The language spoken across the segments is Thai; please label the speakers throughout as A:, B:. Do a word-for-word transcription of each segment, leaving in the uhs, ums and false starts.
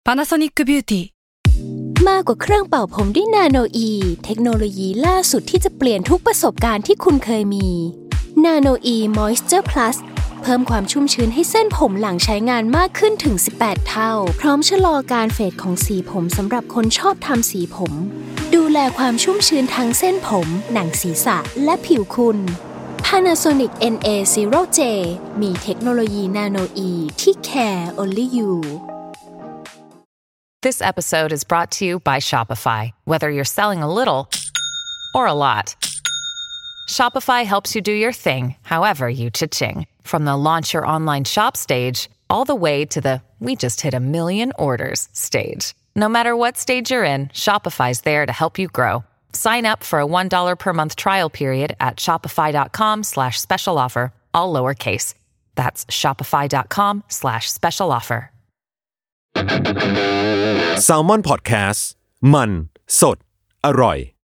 A: Panasonic Beauty
B: มากกว่าเครื่องเป่าผมด้วยนาโนอีเทคโนโลยีล่าสุดที่จะเปลี่ยนทุกประสบการณ์ที่คุณเคยมีนาโนอีมอยส์เจอร์พลัสเพิ่มความชุ่มชื้นให้เส้นผมหลังใช้งานมากขึ้นถึงสิบแปดเท่าพร้อมชะลอการเฟดของสีผมสำหรับคนชอบทำสีผมดูแลความชุ่มชื้นทั้งเส้นผมหนังศีรษะและผิวคุณ Panasonic เอ็น เอ ศูนย์ เจ มีเทคโนโลยีนาโนอีที่ care only you
C: This episode is brought to you by Shopify. Whether you're selling a little or a lot, Shopify helps you do your thing, however you cha-ching. From the launch your online shop stage, all the way to the we just hit a million orders stage. No matter what stage you're in, Shopify's there to help you grow. Sign up for a one dollar per month trial period at shopify.com slash special offer, all lowercase. That's shopify.com slash special offer.
D: Salmon Podcast มันสดอร่อย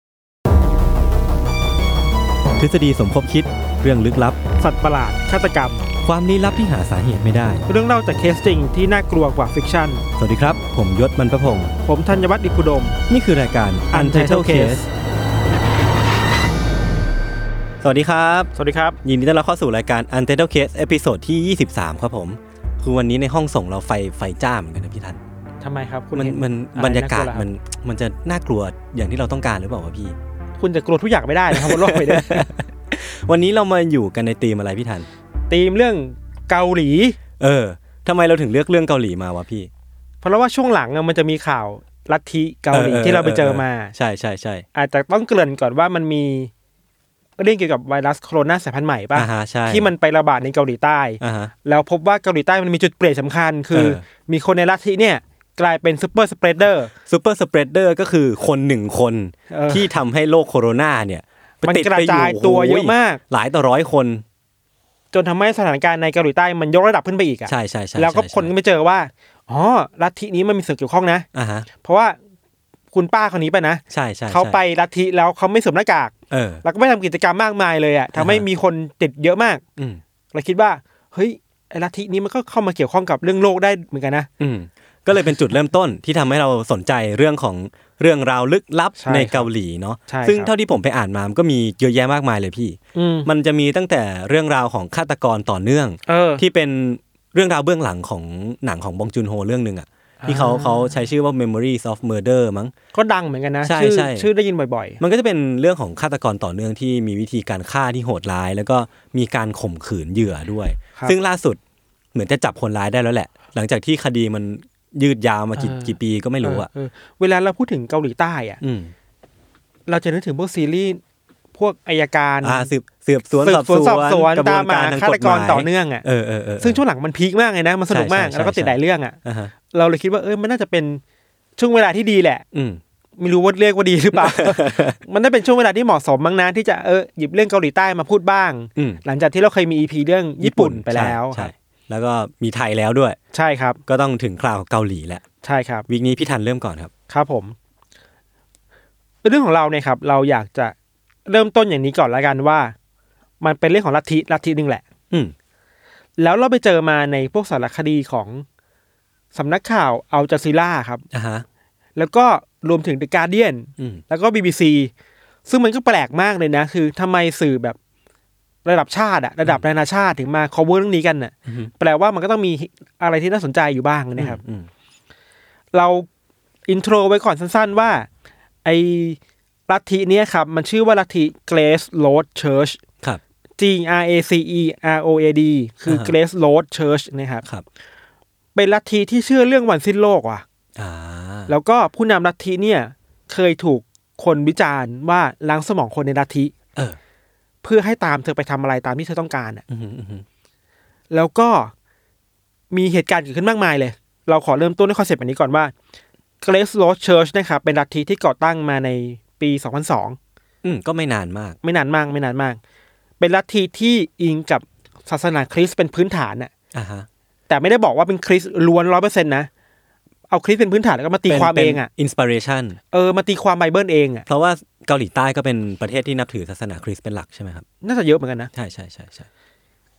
E: ทฤษฎีสมคบคิดเรื่องลึกลับ
F: สัตว์ประหลาดฆาตกรรม
E: ความลี้ลับที่หาสาเหตุไม่ได้
F: เรื่องเล่าจากเคสจริงที่น่ากลัวกว่าฟิกชั่น
E: สวัสดีครับผมยศมันประพงษ์
F: ผมธัญวัฒน์อิพุดม
E: นี่คือรายการ Untitled Case สวัสดีครับ
F: สวัสดีครับ
E: ยินดีต้อนรับเข้าสู่รายการ Untitled Case เอพิโซดที่ยี่สิบสามครับผมคือวันนี้ในห้องส่งเราไฟไฟจ้าเหมือนกันนะพี่ทัน
F: ทำไมครับคุณ
E: มันมันบรรยากาศมันมันจะน่ากลัวอย่างที่เราต้องการหรือเปล่าวะพี่
F: คุณจะกลัวทุกอย่างไม่ได้นะครับบนโลกใบนี้
E: วันนี้เรามาอยู่กันในธีมอะไรพี่ทัน
F: ธีมเรื่องเกาหลี
E: เออทำไมเราถึงเลือกเรื่องเกาหลีมาวะพี่
F: เพราะว่าช่วงหลังมันจะมีข่าวลัทธิเกาหลีที่เราไปเจอมา
E: ใช่ใช่ใช่
F: อาจจะต้องเกริ่นก่อนว่ามันมีเรื่องเกี่ยวกับไวรัสโคโรนาสายพันธุ์ใหม่ป่ะที่มันไประบาดในเกาหลีใต้แล้วพบว่าเกาหลีใต้มันมีจุดเปลี่ยนสำคัญคือมีคนในลัทธิเนี่ยกลายเป็นซูเปอร์สเปรดเดอร์
E: ซูเปอร์สเปรดเดอร์ก็คือคนหนึ่งคนที่ทำให้โรคโคโรนาเนี่ย
F: มันกระจายตัวเยอะมาก
E: หลายต่อร้อยคน
F: จนทำให้สถานการณ์ในเกาหลีใต้มันยกระดับขึ้นไปอีกอ่ะ
E: ใช่ใช่ใช่
F: แล้วก็คนก็ไปเจอว่าอ๋อลัทธินี้มันมีส่วนเกี่ยวข้องนะเพราะว่าคุณป้าคนนี้ไปนะ
E: ใช่ใช่
F: เขาไปลัทธิแล้วเขาไม่สวมหน้ากาก
E: เออ
F: แล้วก็ไม่ทำกิจกรรมมากมายเลยอ่ะทำให้มีคนติดเยอะมากเราคิดว่าเฮ้ยไอ้ลัทธินี้มันก็เข้ามาเกี่ยวข้องกับเรื่องโรคได้เหมือนกันนะ
E: ก็เลยเป็นจุดเริ่มต้นที่ทำให้เราสนใจเรื่องของเรื่องราวลึกลับในเกาหลีเนาะซึ่งเท่าที่ผมไปอ่านมามันก็มีเยอะแยะมากมายเลยพี่มันจะมีตั้งแต่เรื่องราวของฆาตกรต่อเนื่องที่เป็นเรื่องราวเบื้องหลังของหนังของบองจุนโฮเรื่องนึงอ่ะที่เขาเขาใช้ชื่อว่า Memories of Murder มั้ง
F: ก็ดังเหมือนกันนะชื่อชื่อได้ยินบ่อย
E: ๆมันก็จะเป็นเรื่องของฆาตกรต่อเนื่องที่มีวิธีการฆ่าที่โหดร้ายแล้วก็มีการข่มขืนเหยื่อด้วยซึ่งล่าสุดเหมือนจะจับคนร้ายได้แล้วแหละหลังจากที่คดีมันยืดยาวมากี่กี่ปีก็ไม่รู้อ่ะ
F: เวลาเราพูดถึงเกาหลีใต้อ่ะเราจะนึกถึงพวกซีรีส์พวกอัยการ
E: สืบสืบสวน
F: สอบสวนตามมาฆาตกรต่อเนื่องอ่ะซึ่งช่วงหลังมันพีคมากเลยนะมันสนุกมากแล้วก็ติดหลายเรื่องอ่ะเราเลยคิดว่าเออมันน่าจะเป็นช่วงเวลาที่ดีแหละไม่รู้ว่าเรียกว่าดีหรือเปล่ามันน่าเป็นช่วงเวลาที่เหมาะสมมั้งนะที่จะเออหยิบเรื่องเกาหลีใต้มาพูดบ้างหลังจากที่เราเคยมี อี พี เรื่องญี่ปุ่นไปแล้ว
E: แล้วก็มีไทยแล้วด้วย
F: ใช่ครับ
E: ก็ต้องถึงคราวเกาหลีแล้ว
F: ใช่ครับ
E: วีคนี้พี่ทันเริ่มก่อนครับ
F: ครับผมเรื่องของเราเนี่ยครับเราอยากจะเริ่มต้นอย่างนี้ก่อนละกันว่ามันเป็นเรื่องของลัทธิลัทธินึงแหละ
E: อืม
F: แล้วเราไปเจอมาในพวกสารคดีของสำนักข่าวอัลจาซีราครับ
E: อ่าฮะ
F: แล้วก็รวมถึง The Guardian แล้วก็ บี บี ซี ซึ่งมันก็แปลกมากเลยนะคือทำไมสื่อแบบระดับชาติอะระดับนานาชาติถึงมา cover เรื่องนี้กันน่ะแปลว่ามันก็ต้องมีอะไรที่น่าสนใจอยู่บ้างนะครับเราอินโทรไว้ก่อนสั้นๆว่าไอ้ลัทธิเนี้ยครับมันชื่อว่าลัทธิ Grace Road Church
E: ครับ
F: G R A C E R O A D คือ Grace Road Church นะครับ
E: ครับ
F: เป็นลัทธิที่เชื่อเรื่องวันสิ้นโลกว่ะ
E: อ่า
F: แล้วก็ผู้นำลัทธิเนี่ยเคยถูกคนวิจารณ์ว่าล้างสมองคนในลัทธิ
E: เออ
F: เพื่อให้ตามเธอไปทำอะไรตามที่เธอต้องการอ่ะแล้วก็มีเหตุการณ์เกิดขึ้นมากมายเลยเราขอเริ่มต้นด้วยคอนเซ็ปต์แบบนี้ก่อนว่า Grace Road Church นะครับเป็นลัทธิที่ก่อตั้งมาในปีสองพันสอง
E: อืมก็ไม่นานมาก
F: ไม่นานมากไม่นานมากเป็นลัทธิที่อิงกับศาสนาคริสต์เป็นพื้นฐานน่ะ
E: อ่าฮะ
F: แต่ไม่ได้บอกว่าเป็นคริสต์ล้วน ร้อยเปอร์เซ็นต์ นะเอาคริสต์เป็นพื้นฐานแล้วก็มาตีความเองอ่ะ
E: อินสปิเรชัน
F: เออมาตีความไบเบิลเองอ่ะ
E: เพราะว่าเกาหลีใต้ก็เป็นประเทศที่นับถือศาสนาคริสต์เป็นหลักใช่ไหมครับ
F: น่าจะเยอะเหมือนกันนะ
E: ใช่ใช่ใช่ใช่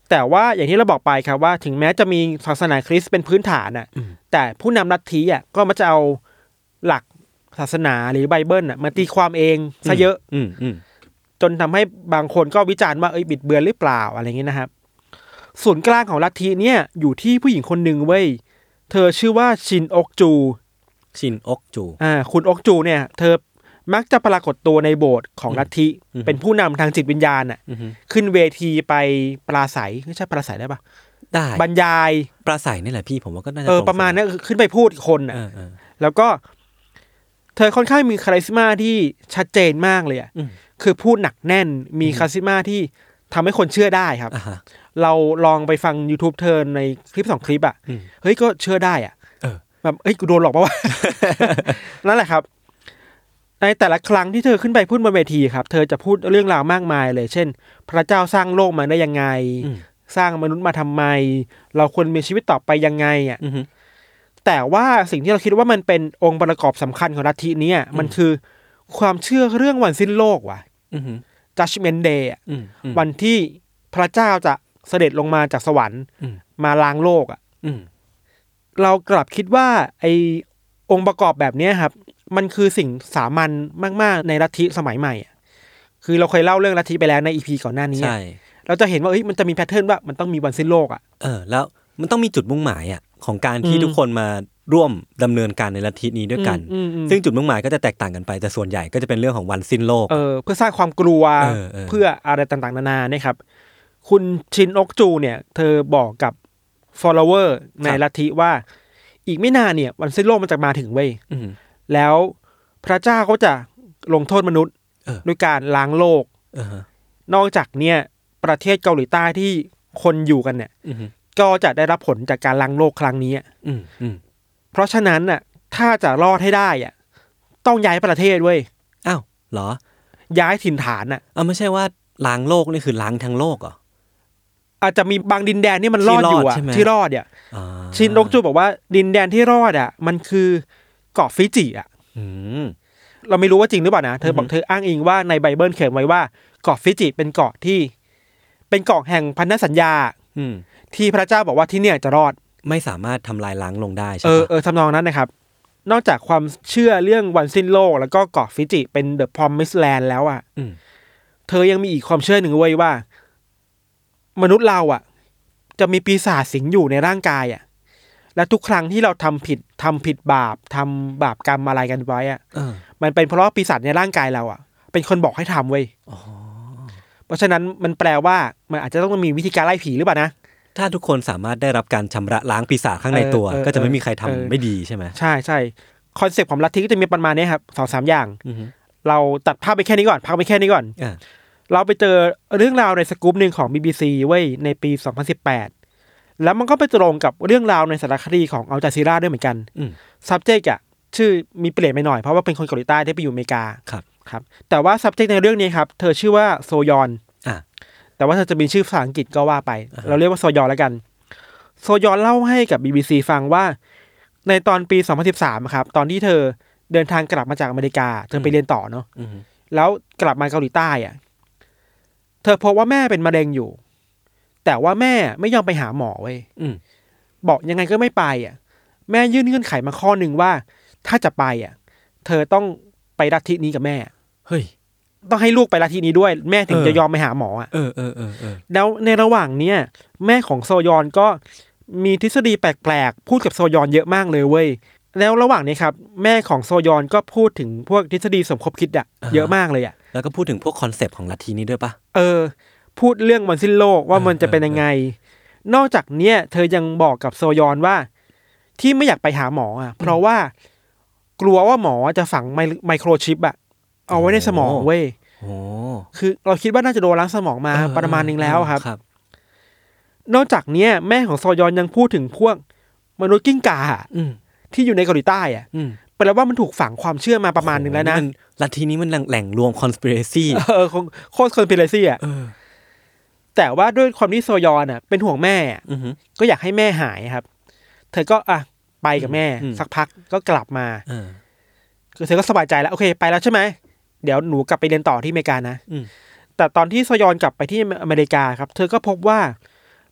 F: แต่ว่าอย่างที่เราบอกไปครับว่าถึงแม้จะมีศาสนาคริสต์เป็นพื้นฐานน่ะแต่ผู้นำลัทธิอ่ะก็มักจะเอาหลักศาสนาหรือไบเบิลน่ะมาตีความเองซะเยอะจนทำให้บางคนก็วิจารณ์ว่าเอ้ยบิดเบือนหรือเปล่าอะไรอย่างเงี้ยนะครับศูนย์กลางของลัทธิเนี่ยอยู่ที่ผู้หญิงคนหนึ่งเว้ยเธอชื่อว่าชินอกจู
E: ชินอกจู
F: อ่าคุณอกจูเนี่ยเธอมักจะปรากฏตัวในโบสถ์ของลัทธิเป็นผู้นำทางจิตวิญญาณอ่ะขึ้นเวทีไปปราศัยไม่ใช่ปราศัยได้ปะ
E: ได้
F: บรรยาย
E: ปราศัยนี่แหละพี่ผมว่าก็น่าจะ
F: เออประมาณนั้นขึ้นไปพูดคนอ่ะแล้วก็เธอค่อนข้างมีคาลิสมาที่ชัดเจนมากเลยอ่ะคือพูดหนักแน่นมีคาลิสมาที่ทำให้คนเชื่อได้ครับเราลองไปฟัง YouTube เธอในคลิปสองคลิปอ่ะเฮ้ยก็เชื่อได้อ่ะแบบเอ้ยกูโดนหลอกปะวะ นั่นแหละครับในแต่ละครั้งที่เธอขึ้นไปพูดบนเวทีครับเธอจะพูดเรื่องราวมากมายเลยเช่นพระเจ้าสร้างโลกมาได้ยังไงสร้างมนุษย์มาทำไมเราควรมีชีวิตต่อไปยังไงอ่ะแต่ว่าสิ่งที่เราคิดว่ามันเป็นองค์ประกอบสำคัญของลัทธินี้มันคือความเชื่อเรื่องวันสิ้นโลกว่ะ Judgment Day อ่ะวันที่พระเจ้าจะเสด็จลงมาจากสวรรค์มาล้างโลกอ่ะเรากลับคิดว่าไอ้องค์ประกอบแบบนี้ครับมันคือสิ่งสามัญมากๆในลัทธิสมัยใหม่อ่ะคือเราเคยเล่าเรื่องลัทธิไปแล้วใน อี พี ก่อนหน้านี้ใช่เราจะเห็นว่าเอ้ยมันจะมีแพทเทิร์นว่ามันต้องมีวันสิ้นโลกอ่ะ
E: เออแล้วมันต้องมีจุดมุ่งหมายอ่ะของการที่ทุกคนมาร่วมดำเนินการในลัทธินี้ด้วยกันซึ่งจุดมุ่งหมายก็จะแตกต่างกันไปแต่ส่วนใหญ่ก็จะเป็นเรื่องของวันสิ้นโลก
F: เออเพื่อสร้างความกลัว เออ เออ เพื่ออะไรต่างๆนานาเนี่ยครับคุณชินอกจูเนี่ยเธอบอกกับ follower ในลัทธิว่าอีกไม่นานเนี่ยวันสิ้นโลกมันจะมาถึงเว้ยแล้วพระเจ้าก็จะลงโทษมนุษย์ด้วยการล้างโลกนอกจากเนี่ยประเทศเกาหลีใต้ที่คนอยู่กันเนี่ยก็จะได้รับผลจากการล้างโลกครั้งนี้เพราะฉะนั้นน่ะถ้าจะรอดให้ได้อ่ะต้องย้ายประเทศเว้ย
E: อ้าวเหรอ
F: ย้ายถิ่นฐานอ่ะ
E: อ้าวไม่ใช่ว่าล้างโลกนี่คือล้างทั้งโลกเหรอ
F: อาจจะมีบางดินแดนที่มันรอดอยู่อ่ะที่รอดเนี่ยชินโดกจูบอกว่าดินแดนที่รอดอ่ะมันคือเกาะฟิจิอ่ะเราไม่รู้ว่าจริงหรือเปล่านะเธอบอกเธออ้างอิงว่าในไบเบิลเขียนไว้ว่าเกาะฟิจิเป็นเกาะที่เป็นเกาะแห่งพันธสัญญาที่พระเจ้าบอกว่าที่เนี่ยจะรอด
E: ไม่สามารถทำลายล้างลงได้ใช่
F: ไหมเออเออทำนองนั้นนะครับนอกจากความเชื่อเรื่องวันสิ้นโลกแล้วก็เกาะฟิจิเป็นเดอะพรอมิสแลนด์แล้วอ่ะเธอยังมีอีกความเชื่อหนึ่งไว้ว่ามนุษย์เราอ่ะจะมีปีศาจสิงอยู่ในร่างกายอ่ะและทุกครั้งที่เราทำผิดทำผิดบาปทำบาปกรรมอะไรกันไว้อ่ะมันเป็นเพราะปีศาจในร่างกายเราอ่ะเป็นคนบอกให้ทำเว้ยเพราะฉะนั้นมันแปลว่ามันอาจจะต้องมีวิธีการไล่ผีหรือเปล่านะ
E: ถ้าทุกคนสามารถได้รับการชำระล้างปีศาจข้างในตัวก็จะไม่มีใครทำไม่ดีใช่ไหม
F: ใช่ใช่คอนเซ็ปต์ของลัทธิก็จะมีประมาณนี้ครับสองสามอย่างเราตัดภาพไปแค่นี้ก่อนพักไปแค่นี้ก่อนเราไปเจอเรื่องราวในสกู๊ปหนึ่งของ บี บี ซี เว้ยในปีสองพันสิบแปดแล้วมันก็ไปตรงกับเรื่องราวในสารคดีของอัลจาซีราด้วยเหมือนกัน subject อ่ะชื่อมีเปลี่ยนไปหน่อยเพราะว่าเป็นคนเกาหลีใต้ที่ไปอยู่อเมริกา
E: ครับ
F: ครับแต่ว่า subject ในเรื่องนี้ครับเธอชื่อว่าโซยอน
E: อ่ะ
F: แต่ว่าเธอจะมีชื่อภาษาอังกฤษก็ว่าไปเราเรียกว่าโซยอนแล้วกันโซยอนเล่าให้กับ บี บี ซี ฟังว่าในตอนปีสองพันสิบสามครับตอนที่เธอเดินทางกลับมาจากอเมริกาเธอไปเรียนต่อเนาะแล้วกลับมาเกาหลีใต้อ่ะเธอพบว่าแม่เป็นมะเร็งอยู่แต่ว่าแม่ไม่ยอมไปหาหมอเว้ยบอกยังไงก็ไม่ไปอ่ะแม่ยื่นเงื่อนไขมาข้อหนึ่งว่าถ้าจะไปอ่ะเธอต้องไปลัทธินี้กับแม่
E: เฮ้ย
F: ต้องให้ลูกไปลัทธินี้ด้วยแม่ถึงจะยอมไปหาหมออ่ะ
E: เออเออเออเออ
F: แล้วในระหว่างเนี้ยแม่ของโซยอนก็มีทฤษฎีแปลกๆพูดกับโซยอนเยอะมากเลยเว้ยแล้วระหว่างนี้ครับแม่ของโซยอนก็พูดถึงพวกทฤษฎีสมคบคิดอ่ะเยอะมากเลยอ่ะ
E: แล้วก็พูดถึงพวกคอนเซปต์ของลัทธินี้ด้วยปะ
F: เออพูดเรื่องวันสิ้นโลกว่ามันจะเป็นยังไงนอกจากเนี้ยเธอยังบอกกับโซยอนว่าที่ไม่อยากไปหาหมออ่ะเพราะว่ากลัวว่าหมอจะฝังไมโครชิปอ่ะเอาไว้ในสมองเว้ยคือเราคิดว่าน่าจะโดนล้างสมองมาประมาณนึงแล้วครับนอกจากเนี้ยแม่ของโซยอนยังพูดถึงพวกมนุษย์กิ้งก่าที่อยู่ในเกาหลีใต้อ่ะแปลว่ามันถูกฝังความเชื่อมาประมาณนึงแล้วนะ
E: ลัทธินี้มันแหล่งรวมคอนสปิเรซี่
F: เออโคตรคอนสปิเรซี่อ่ะแต่ว่าด้วยความที่โซยอนอ่ะเป็นห่วงแม่ก็อยากให้แม่หายครับเธอก็อ่ะไปกับแม่สักพักก็กลับมาคือเธอก็สบายใจแล้วโอเคไปแล้วใช่ไหมเดี๋ยวหนูกลับไปเรียนต่อที่อเมริกานะแต่ตอนที่โซยอนกลับไปที่อเมริกาครับเธอก็พบว่า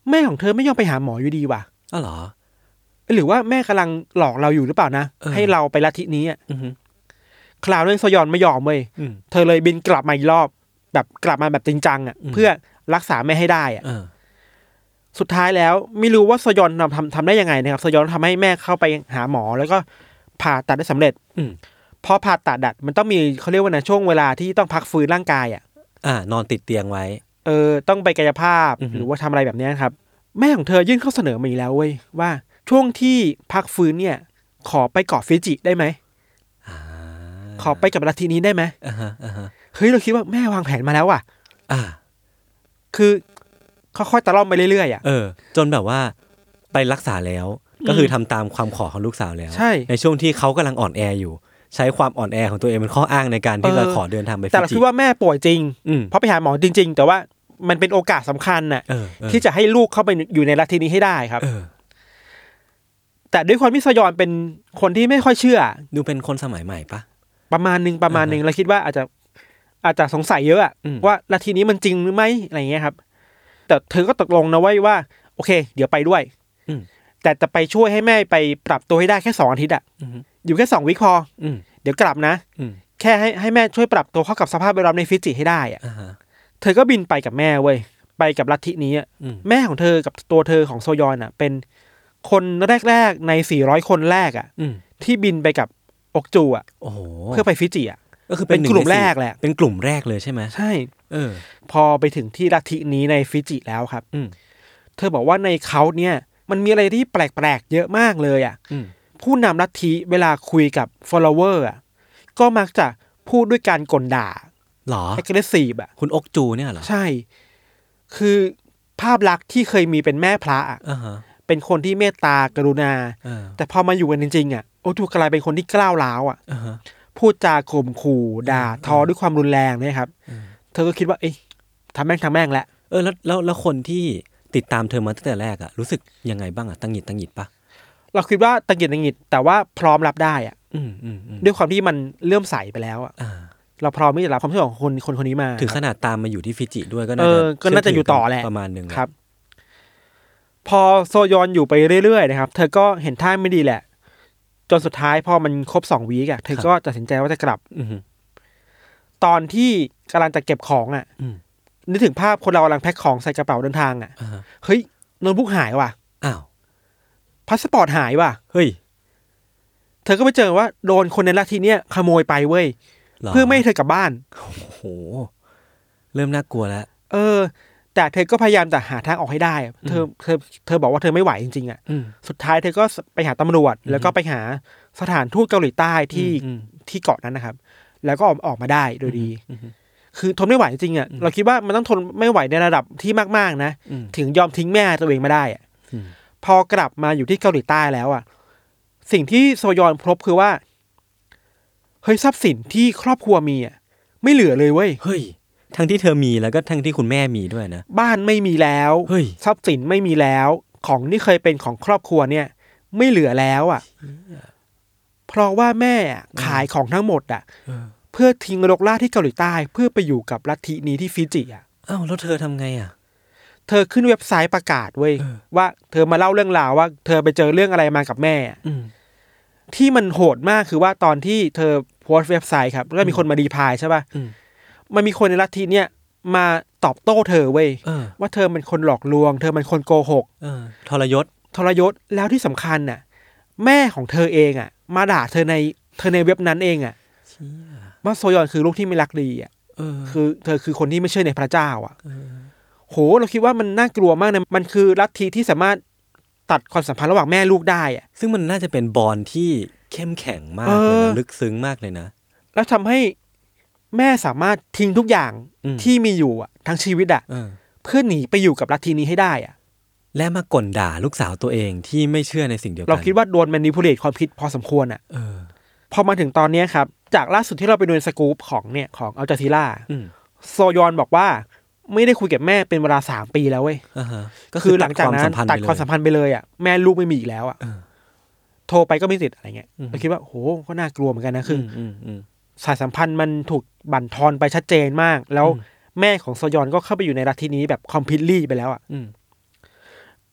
F: แม่ของเธอไม่ยอมไปหาหมออยู่ดีว่ะ
E: อ้าวเหรอ
F: หรือว่าแม่กำลังหลอกเราอยู่หรือเปล่านะให้เราไปลัทธินี้อ่ะคราวนี้โซยอนไม่ยอมเว้ยเธอเลยบินกลับมาอีกรอบแบบกลับมาแบบจริงจังอ่ะเพื่อรักษาแม่ให้ได้อ่ะสุดท้ายแล้วไม่รู้ว่าโซยอนทำทำทำได้ยังไงนะครับโซยอนทำให้แม่เข้าไปหาหมอแล้วก็ผ่าตัดได้สำเร็จพอผ่าตัดดัดมันต้องมีเขาเรียกว่านะช่วงเวลาที่ต้องพักฟื้นร่างกายอ่ะ
E: อ่านอนติดเตียงไว้
F: เออต้องไปกายภาพหรือว่าทำอะไรแบบนี้ครับแม่ของเธอยื่นข้อเสนอมาอีกแล้วเว้ยว่าช่วงที่พักฟื้นเนี่ยขอไปเกาะฟิจิได้ไหมขอไปกับลัทธินี้ได้ไหมเฮ้ยเราคิดว่าแม่วางแผนมาแล้วอ่ะคือค่อยๆตะล่อมไปเรื่อยๆอ่ะ
E: เออจนแบบว่าไปรักษาแล้วก็คือทำตามความขอของลูกสาวแล้ว
F: ใช่
E: ในช่วงที่เขากำลังอ่อนแออยู่ใช้ความอ่อนแอของตัวเองเป็นข้ออ้างในการที่จะขอเดินทางไปฟิจิ
F: แต่เราคิดว่าแม่ป่วยจริงเพราะไปหาหมอจริงๆแต่ว่ามันเป็นโอกาสสำคัญน่ะที่จะให้ลูกเข้าไปอยู่ในลัทธินี้ให้ได้ครับแต่ด้วยความที่ซยอนเป็นคนที่ไม่ค่อยเชื่อ
E: ดูเป็นคนสมัยใหม่ปะ
F: ประมาณนึงประมาณนึงเราคิดว่าอาจจะอาจจะสงสัยเยอะว่าลัทธินี้มันจริงหรือไม่อะไรเงี้ยครับแต่เธอก็ตกลงนะไว้ว่าโอเคเดี๋ยวไปด้วยแต่จะไปช่วยให้แม่ไปปรับตัวให้ได้แค่สองอาทิตย์อ่ะอยู่แค่สองวิคพอเดี๋ยวกลับนะแค่ให้ให้แม่ช่วยปรับตัวเข้ากับสภาพแวดล้อมในฟิจิให้ได้อ่ะเธอก็บินไปกับแม่เว้ยไปกับลัทธินี้แม่ของเธอกับตัวเธอของโซยอนอ่ะเป็นคนแรกๆในสี่ร้อยคนแรกอ่ะที่บินไปกับอกจูอ่ะเพื่อไปฟิจิอ่ะ
E: ก็คือเป็น
F: กลุ่มแรกแหละ
E: เป็นกลุ่มแรกเลยใช่ไหม
F: ใช่เออพอไปถึงที่ลัทธินี้ในฟิจิแล้วครับเธอบอกว่าในเขาเนี่ยมันมีอะไรที่แปลกๆเยอะมากเลยอ่ะผู้นำลัทธิเวลาคุยกับ follower อ่ะก็มักจะพูดด้วยการกลด่า
E: หรอ
F: aggressive อ่ะ
E: คุณอกจูเนี่ยเหรอ
F: ใช่คือภาพลักษณ์ที่เคยมีเป็นแม่พระอ่ะ uh-huh. เป็นคนที่เมตตากรุณา uh-huh. แต่พอมาอยู่กันจริงๆอ่ะอกจูกลายเป็นคนที่กล้าวร้าวอ่ะ uh-huh. พูดจาข่มขู่ด่าทอ uh-huh. ด้วยความรุนแรงเนี่ยครับ uh-huh. เธอก็คิดว่าเอ๊ะทำแม่งทำแม่งแล้ว
E: เออแล้วแล้วแล้วคนที่ติดตามเธอมาตั้งแต่แรกอ่ะรู้สึกยังไงบ้างอ่ะตังหงิดตังหงิดปะ
F: เราคิดว่าตังหงิดตังหงิดแต่ว่าพร้อมรับได้อ่ะด้วยความที่มันเลื่อมใสไปแล้วอ่ะเราพร้อมที่จะรับความเชื่อของคนคนคนนี้มา
E: ถึงขนาดตามมาอยู่ที่ฟิจิด้วยก็
F: น่าจะก็น่าจะอยู่ต่อแหละ
E: ประมาณนึง
F: ครับพอโซยอนอยู่ไปเรื่อยๆนะครับเธอก็เห็นท่าไม่ดีแหละจนสุดท้ายพอมันครบสองวีคอ่ะเธอก็ตัดสินใจว่าจะกลับตอนที่กำลังจะเก็บของอ่ะนึกถึงภาพคนเรากำลังแพ็คของใส่กระเป๋าเดินทางอ่ะเฮ้ยโน้ตบุ๊กหายว่ะ
E: อ้าว
F: พาสปอร์ตหายว่ะ
E: เฮ้ย
F: เธอก็ไปเจอว่าโดนคนในลัทธิเนี้ยขโมยไปเว้ยเพื่อไม่ให้เธอกลับบ้าน
E: โอ้โหเริ่มน่ากลัวแล้ว
F: เออแต่เธอก็พยายามจะหาทางออกให้ได้เธอเธอเธอบอกว่าเธอไม่ไหวจริงๆอ่ะสุดท้ายเธอก็ไปหาตำรวจแล้วก็ไปหาสถานทูตเกาหลีใต้ที่ที่เกาะนั้นนะครับแล้วก็ออกออกมาได้โดยดีคือทนไม่ไหวจริงอ่ะเราคิดว่ามันต้องทนไม่ไหวในระดับที่มากๆนะถึงยอมทิ้งแม่ตัวเองมาได้อ่ะพอกลับมาอยู่ที่เกาหลีใต้แล้วอ่ะสิ่งที่โซยอนพบคือว่าเฮ้ยทรัพย์สินที่ครอบครัวมีอ่ะไม่เหลือเลยเว้ย
E: เฮ้ยทั้งที่เธอมีแล้วก็ทั้งที่คุณแม่มีด้วยนะ
F: บ้านไม่มีแล้ว
E: เฮ้ย
F: ทรัพย์สินไม่มีแล้วของที่เคยเป็นของครอบครัวเนี่ยไม่เหลือแล้วอ่ะเพราะว่าแม่ขายของทั้งหมดอ่ะเพื่อทิ้งรกราที่เกาหลีใต้เพื่อไปอยู่กับลัทธินี้ที่ฟิจิอ่ะ
E: อ้าวแล้วเธอทำไงอ่ะ
F: เธอขึ้นเว็บไซต์ประกาศเว้ยว่าเธอมาเล่าเรื่องราวว่าเธอไปเจอเรื่องอะไรมากับแม่ที่มันโหดมากคือว่าตอนที่เธอโพสต์เว็บไซต์ครับแล้วมีคนมารีพลายใช่ป่ะมันมีคนในลัทธิเนี้ยมาตอบโต้เธอเว้ยว่าเธอเป็นคนหลอกลวงเธอเป็นคนโกหก
E: ทรยศ
F: ทรยศแล้วที่สำคัญน่ะแม่ของเธอเองอ่ะมาด่าเธอในเธอในเว็บนั้นเองอ่ะว่าโซยอนคือลูกที่ไม่รักดีอ่ะคือเธอคือคนที่ไม่เชื่อในพระเจ้าอ่ะโหเราคิดว่ามันน่ากลัวมากนะมันคือลัทธิที่สามารถตัดความสัมพันธ์ระหว่างแม่ลูกได้อ่ะ
E: ซึ่งมันน่าจะเป็นบอนที่เข้มแข็งมากเลยนะลึกซึ้งมากเลยนะ
F: แล้วทำให้แม่สามารถทิ้งทุกอย่างที่มีอยู่อ่ะทั้งชีวิตอ่ะเพื่อหนีไปอยู่กับลัทธินี้ให้ได้อ่ะ
E: และมากลด่าลูกสาวตัวเองที่ไม่เชื่อในสิ่งเดียวกัน
F: เราคิดว่าโดนแมนิพูเลตความคิดพอสมควรอ่ะพอมาถึงตอนนี้ครับจากล่าสุดที่เราไปดูในสกู๊ปของเนี่ยของอัลจาซีราโซยอนบอกว่าไม่ได้คุยกับแม่เป็นเวลาสามปีแล้วเว้ยก็คือหลังจากนั้นตัดความสัมพันธ์ไปเลยอ่ะแม่ลูกไม่มีอีกแล้วอ่ะโทรไปก็ไม่ติดอะไรเงี้ยเราคิดว่าโหก็น่ากลัวเหมือนกันนะคือสายสัมพันธ์มันถูกบั่นทอนไปชัดเจนมากแล้วแม่ของโซยอนก็เข้าไปอยู่ในลัทธินี้แบบคอมพลีทลี่ไปแล้วอ่ะ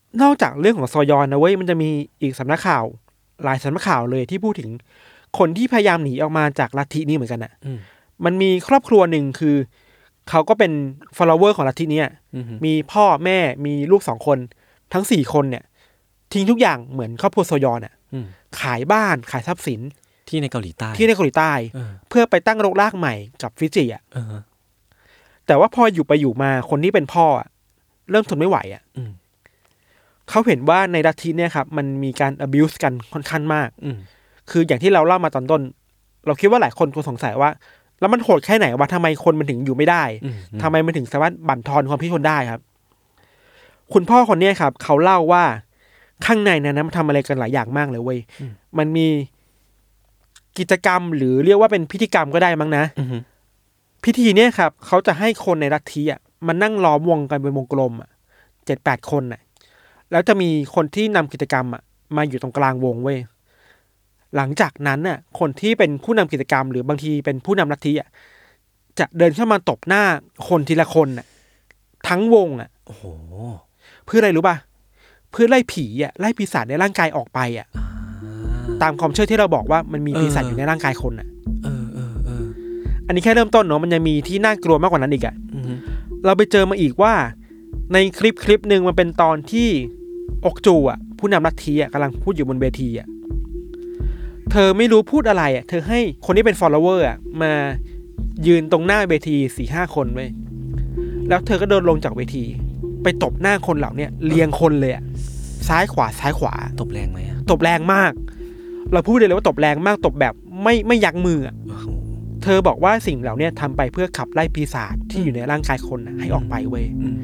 F: นอกจากเรื่องของซอยอนนะเว้ยมันจะมีอีกสำนักข่าวหลายสำนักข่าวเลยที่พูดถึงคนที่พยายามหนีออกมาจากลัทธินี้เหมือนกันอ่ะมันมีครอบครัวหนึ่งคือเขาก็เป็น follower ของลัทธินี้มีพ่อแม่มีลูกสองคนทั้งสี่คนเนี่ยทิ้งทุกอย่างเหมือนครอบครัวโซยอนอ่ะขายบ้านขายทรัพย์สิน
E: ที่ในเกาหลีใต้
F: ที่ในเกาหลีใต้เพื่อไปตั้งรกรากใหม่กับฟิจิอ่ะแต่ว่าพออยู่ไปอยู่มาคนที่เป็นพ่ออ่ะเริ่มทนไม่ไหวอ่ะเขาเห็นว่าในลัทธิเนี่ยครับมันมีการ abuse กันค่อนข้างมากคืออย่างที่เราเล่ามาตอนต้นเราคิดว่าหลายคนคงสงสัยว่าแล้วมันโหดแค่ไหนวะทำไมคนมันถึงอยู่ไม่ได้ทำไมมันถึงสามารถบั่นทอนความคิดคนได้ครับคุณพ่อคนนี้ครับเขาเล่าว่าข้างในนั้นนะมันทำอะไรกันหลายอย่างมากเลยเว้ยมันมีกิจกรรมหรือเรียกว่าเป็นพิธีกรรมก็ได้มั้งนะพิธีเนี้ยครับเขาจะให้คนในลัทธิอ่ะมันนั่งล้อมวงกันเป็นวงกลมอ่ะเจ็ดแปดคนน่ะแล้วจะมีคนที่นำกิจกรรมอ่ะมาอยู่ตรงกลางวงเว้ยหลังจากนั้นน่ะคนที่เป็นผู้นำกิจกรรมหรือบางทีเป็นผู้นำลัทธิอ่ะจะเดินเข้ามาตบหน้าคนทีละคนน่ะทั้งวงอ่ะ
E: โอ้โห
F: เพื่ออะไรรู้ป่ะเพื่อไล่ผีอ่ะไล่ปีศาจในร่างกายออกไปอ่ะตามความเชื่อที่เราบอกว่ามันมีปีศาจอยู่ในร่างกายคนอ่ะ
E: เออเออเออ
F: อันนี้แค่เริ่มต้นเนาะมันยังมีที่น่ากลัวมากกว่านั้นอีกอ่ะเราไปเจอมาอีกว่าในคลิปคลิปหนึ่งมันเป็นตอนที่อกจูอ่ะผู้นำลัทธิอ่ะกำลังพูดอยู่บนเวทีอ่ะเธอไม่รู้พูดอะไรอ่ะเธอให้คนที่เป็น follower อ่ะมายืนตรงหน้าเวที สี่ห้า คนเว้ยแล้วเธอก็เดินลงจากเวทีไปตบหน้าคนเหล่านี้เรียงคนเลยอ่ะซ้ายขวาซ้ายขวา
E: ตบแรงไหมอ่ะ
F: ตบแรงมากเราพูดเลยว่าตบแรงมากตบแบบไม่ไม่ยั้งมืออ่ะเธอบอกว่าสิ่งเหล่านี้ทำไปเพื่อขับไล่ปีศาจที่อยู่ในร่างกายคนอ่ะให้ออกไปเว้ย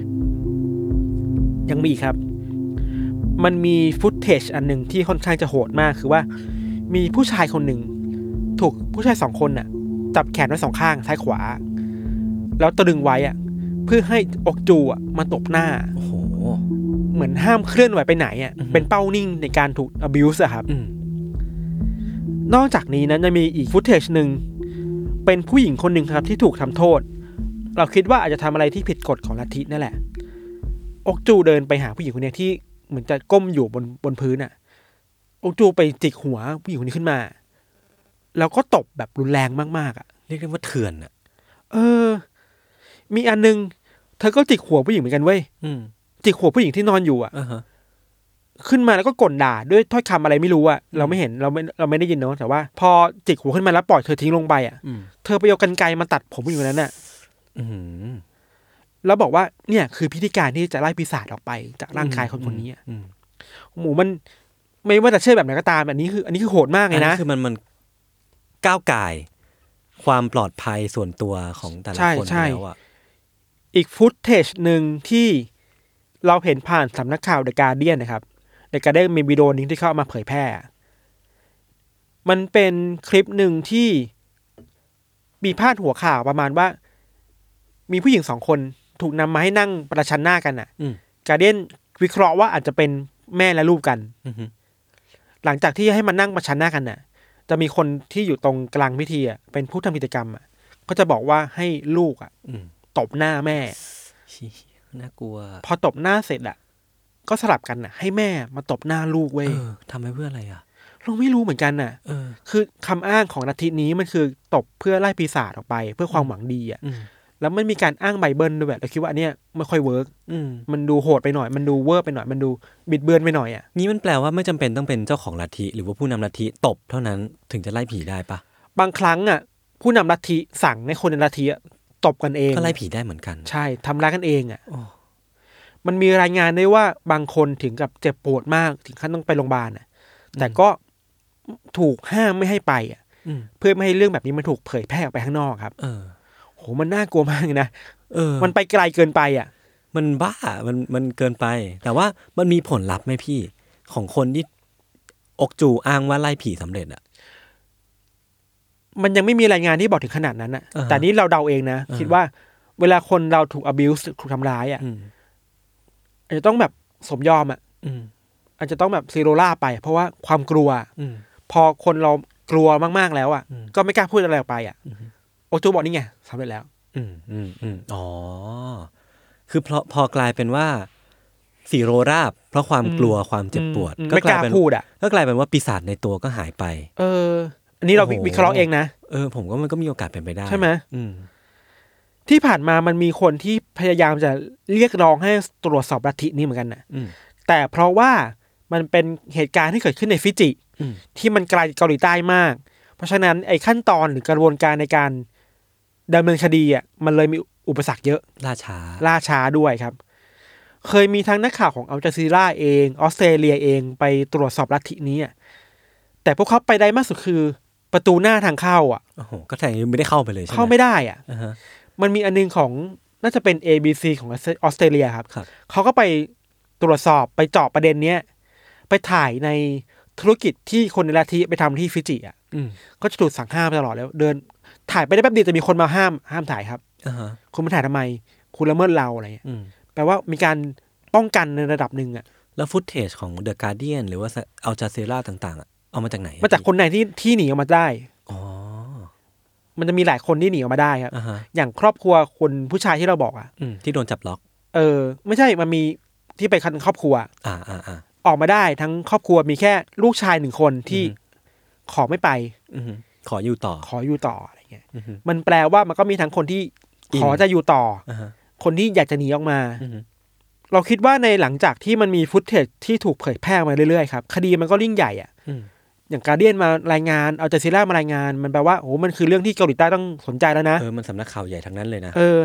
F: ยังมีครับมันมีฟุตเทจอันหนึ่งที่ค่อนข้างจะโหดมากคือว่ามีผู้ชายคนหนึ่งถูกผู้ชายสองคนน่ะจับแขนไว้สองข้างซ้ายขวาแล้วตรึงไว้อ่ะเพื่อให้อกจูอ่ะมาตบหน้า
E: โอ้โห
F: เหมือนห้ามเคลื่อนไหวไปไหนอ่ะเป็นเป้านิ่งในการถูก abuse อ่ะครับนอกจากนี้นะจะมีอีกฟุตเทจหนึ่งเป็นผู้หญิงคนหนึ่งครับที่ถูกทำโทษเราคิดว่าอาจจะทำอะไรที่ผิดกฎของลัทธินั่นแหละอกจูเดินไปหาผู้หญิงคนนี้ที่เหมือนจะก้มอยู่บนบนพื้นอ่ะอกจูไปจิกหัวผู้หญิงคนนี้ขึ้นมาแล้วก็ตบแบบรุนแรงมากๆอ่ะ
E: เรียกได้ว่าเถื่อนอ่ะ
F: เออมีอันนึงเธอก็จิกหัวผู้หญิงเหมือนกันเว้ยจิกหัวผู้หญิงที่นอนอยู่อ่ะ uh-huh. ขึ้นมาแล้วก็ก่นด่าด้วยถ้อยคำอะไรไม่รู้อ่ะเราไม่เห็นเราไม่เราไม่ได้ยินเนาะแต่ว่าพอจิกหัวขึ้นมาแล้วปล่อยเธอทิ้งลงไปอ่ะเธอไปเอากรรไกรมาตัดผมผู้หญิงคนนั้นอ่ะแล้วบอกว่าเนี่ยคือพิธีการที่จะไล่ปีศาจออกไปจากร่างกายคนคนนี้อ่ะหมูมันไม่ว่าจะเชื่อแบบไหนก็ตามอันนี้คืออันนี้คือโหดมากเลยนะ
E: คือมันมันก้าวก่ายความปลอดภัยส่วนตัวของแต่ละคนแล้วอ่ะ
F: อีกฟุตเทจหนึ่งที่เราเห็นผ่านสำนักข่าว The Guardian นะครับ The Guardian มีวิดีโอนึงที่เขาเอามาเผยแพร่มันเป็นคลิปหนึ่งที่มีพาดหัวข่าวประมาณว่ามีผู้หญิงสองคนถูกนำมาให้นั่งประชันหน้ากันอ่ะ Guardian วิเคราะห์ว่าอาจจะเป็นแม่และลูกกันหลังจากที่ให้มันนั่งประชันหน้ากันน่ะจะมีคนที่อยู่ตรงกลางพิธีอ่ะเป็นผู้ทำกิจกรรมอ่ะก็จะบอกว่าให้ลูกอ่ะตบหน้าแม่
E: น่ากลัว
F: พอตบหน้าเสร็จอ่ะก็สลับกันน่ะให้แม่มาตบหน้าลูกเว้ย
E: ทำไปเพื่ออะไรอ่ะ
F: เราไม่รู้เหมือนกันน่ะคือคำอ้างของลัทธินี้มันคือตบเพื่อไล่ปีศาจออกไปเพื่อความหวังดีอ่ะแล้วมันมีการอ้างไบเบิลด้วยแบบเราคิดว่าอันเนี้ยไม่ค่อยเวิร์กมันดูโหดไปหน่อยมันดูเวอร์ไปหน่อยมันดูบิดเบือนไปหน่อยอ่ะ
E: นี่มันแปลว่าไม่จำเป็นต้องเป็นเจ้าของลัทธิหรือว่าผู้นำลัทธิตบเท่านั้นถึงจะไล่ผีได้ปะ
F: บางครั้งอ่ะผู้นำลัทธิสั่งให้คนในลัทธิตบกันเอง
E: ก็ไล่ผีได้เหมือนกัน
F: ใช่ทำร้ายกันเองอ่ะมันมีรายงานได้ว่าบางคนถึงกับเจ็บปวดมากถึงขั้นต้องไปโรงพยาบาลอ่ะแต่ก็ถูกห้ามไม่ให้ไปอ่ะเพื่อไม่ให้เรื่องแบบนี้มันถูกเผยแพร่ออกไปข้างนอกครับ
E: เออ
F: โหมันน่ากลัวมากนะ
E: เออ
F: มันไปไกลเกินไปอ่ะ
E: มันบ้ามันมันเกินไปแต่ว่ามันมีผลลัพธ์ไหมพี่ของคนที่อกจูอ้างว่าไล่ผีสำเร็จอ่ะ
F: มันยังไม่มีรายงานที่บอกถึงขนาดนั้นอ่ะแต่นี้เราเดาเองนะคิดว่าเวลาคนเราถูก abuse ถูกทำร้ายอ่ะอาจจะต้องแบบสมยอมอ่ะอาจจะต้องแบบซีโรล่าไปเพราะว่าความกลัวพอคนเรากลัวมากๆแล้วอ่ะก็ไม่กล้าพูดอะไรออกไปอ่ะโอจูบอกนี่ไงสำเร็จแล้ว
E: อืมอืมอืมอ๋อคือพอพอกลายเป็นว่าสีโรราบเพราะความกลัวความเจ็บปวด
F: ก็กลายเป็นพูดอ่ะ
E: ก็กลายเป็นว่าปีศาจในตัวก็หายไป
F: เอออันนี้เราวิเคราะห์เองนะ
E: เออผมก็มันก็มีโอกาสเป็นไปได้
F: ใช่ไหม
E: อืม
F: ที่ผ่านมามันมีคนที่พยายามจะเรียกร้องให้ตรวจสอบลัทธินี้เหมือนกันนะแต่เพราะว่ามันเป็นเหตุการณ์ที่เกิดขึ้นในฟิจิที่มันไกลเกาหลีใต้มากเพราะฉะนั้นไอ้ขั้นตอนหรือกระบวนการในการดำเนินคดีอ่ะมันเลยมีอุปสรรคเยอะ
E: ล่าช้า
F: ล่าช้าด้วยครับเคยมีทั้งนักข่าวของอัลจาซีราเองออสเตรเลียเองไปตรวจสอบลัทธินี้อ่ะแต่พวกเขาไปได้มากสุดคือประตูหน้าทางเข้าอ่ะ
E: โอ้โหก็แต่ยังไม่ได้เข้าไปเลยใช่ไหม
F: เข้าไม่ได้อ่ะ uh-huh. มันมีอันนึงของน่าจะเป็น เอ บี ซี ของออสเตรเลียครับเขาก็ไปตรวจสอบไปเจาะประเด็นเนี้ยไปถ่ายในธุรกิจที่คนในลัทธิไปทำที่ฟิจิอ่ะก็จะถูกสั่งห้ามตลอดแล้วเดินถ่ายไปได้แป๊บเดียวจะมีคนมาห้ามห้ามถ่ายครับ uh-huh. คุณมาถ่ายทำไมคุณละเมิดเราอะไรเงี้ยแปลว่ามีการป้องกันในระดับหนึ่งอ่ะ
E: แล้วฟุตเทจของ The Guardian หรือว่าอัลจาซีราต่างๆอ่ะเอามาจากไหน
F: มาจากคนไหนที่ที่หนีออกมาได้อ๋อมันจะมีหลายคนที่หนีออกมาได้ครับ uh-huh. อย่างครอบครัวคนผู้ชายที่เราบอกอ่ะ
E: ที่โดนจับล็อก
F: เออไม่ใช่มันมีที่ไปคันครอบครัวอ่าอ่าอ่าออกมาได้ทั้งครอบครัวมีแค่ลูกชายหนึ่งคนที่ uh-huh. ขอไม่ไป
E: uh-huh. ขออยู่ต่อ
F: ขออยู่ต่ออะไรเงี้ย uh-huh. มันแปลว่ามันก็มีทั้งคนที่ขอจะอยู่ต่อ uh-huh. คนที่อยากจะหนีออกมา uh-huh. เราคิดว่าในหลังจากที่มันมีฟุตเทจที่ถูกเผยแพร่มาเรื่อยๆครับคดีมันก็ยิ่งใหญ่อ่ะ uh-huh.อย่างการ์เดียนมารายงานเอาจาซีร่ามารายงานมันแปลว่าโอ้มันคือเรื่องที่เกาหลีใต้ต้องสนใจแล้วนะ
E: เออมันสำนักข่าวใหญ่ทั้งนั้นเลยนะ
F: เออ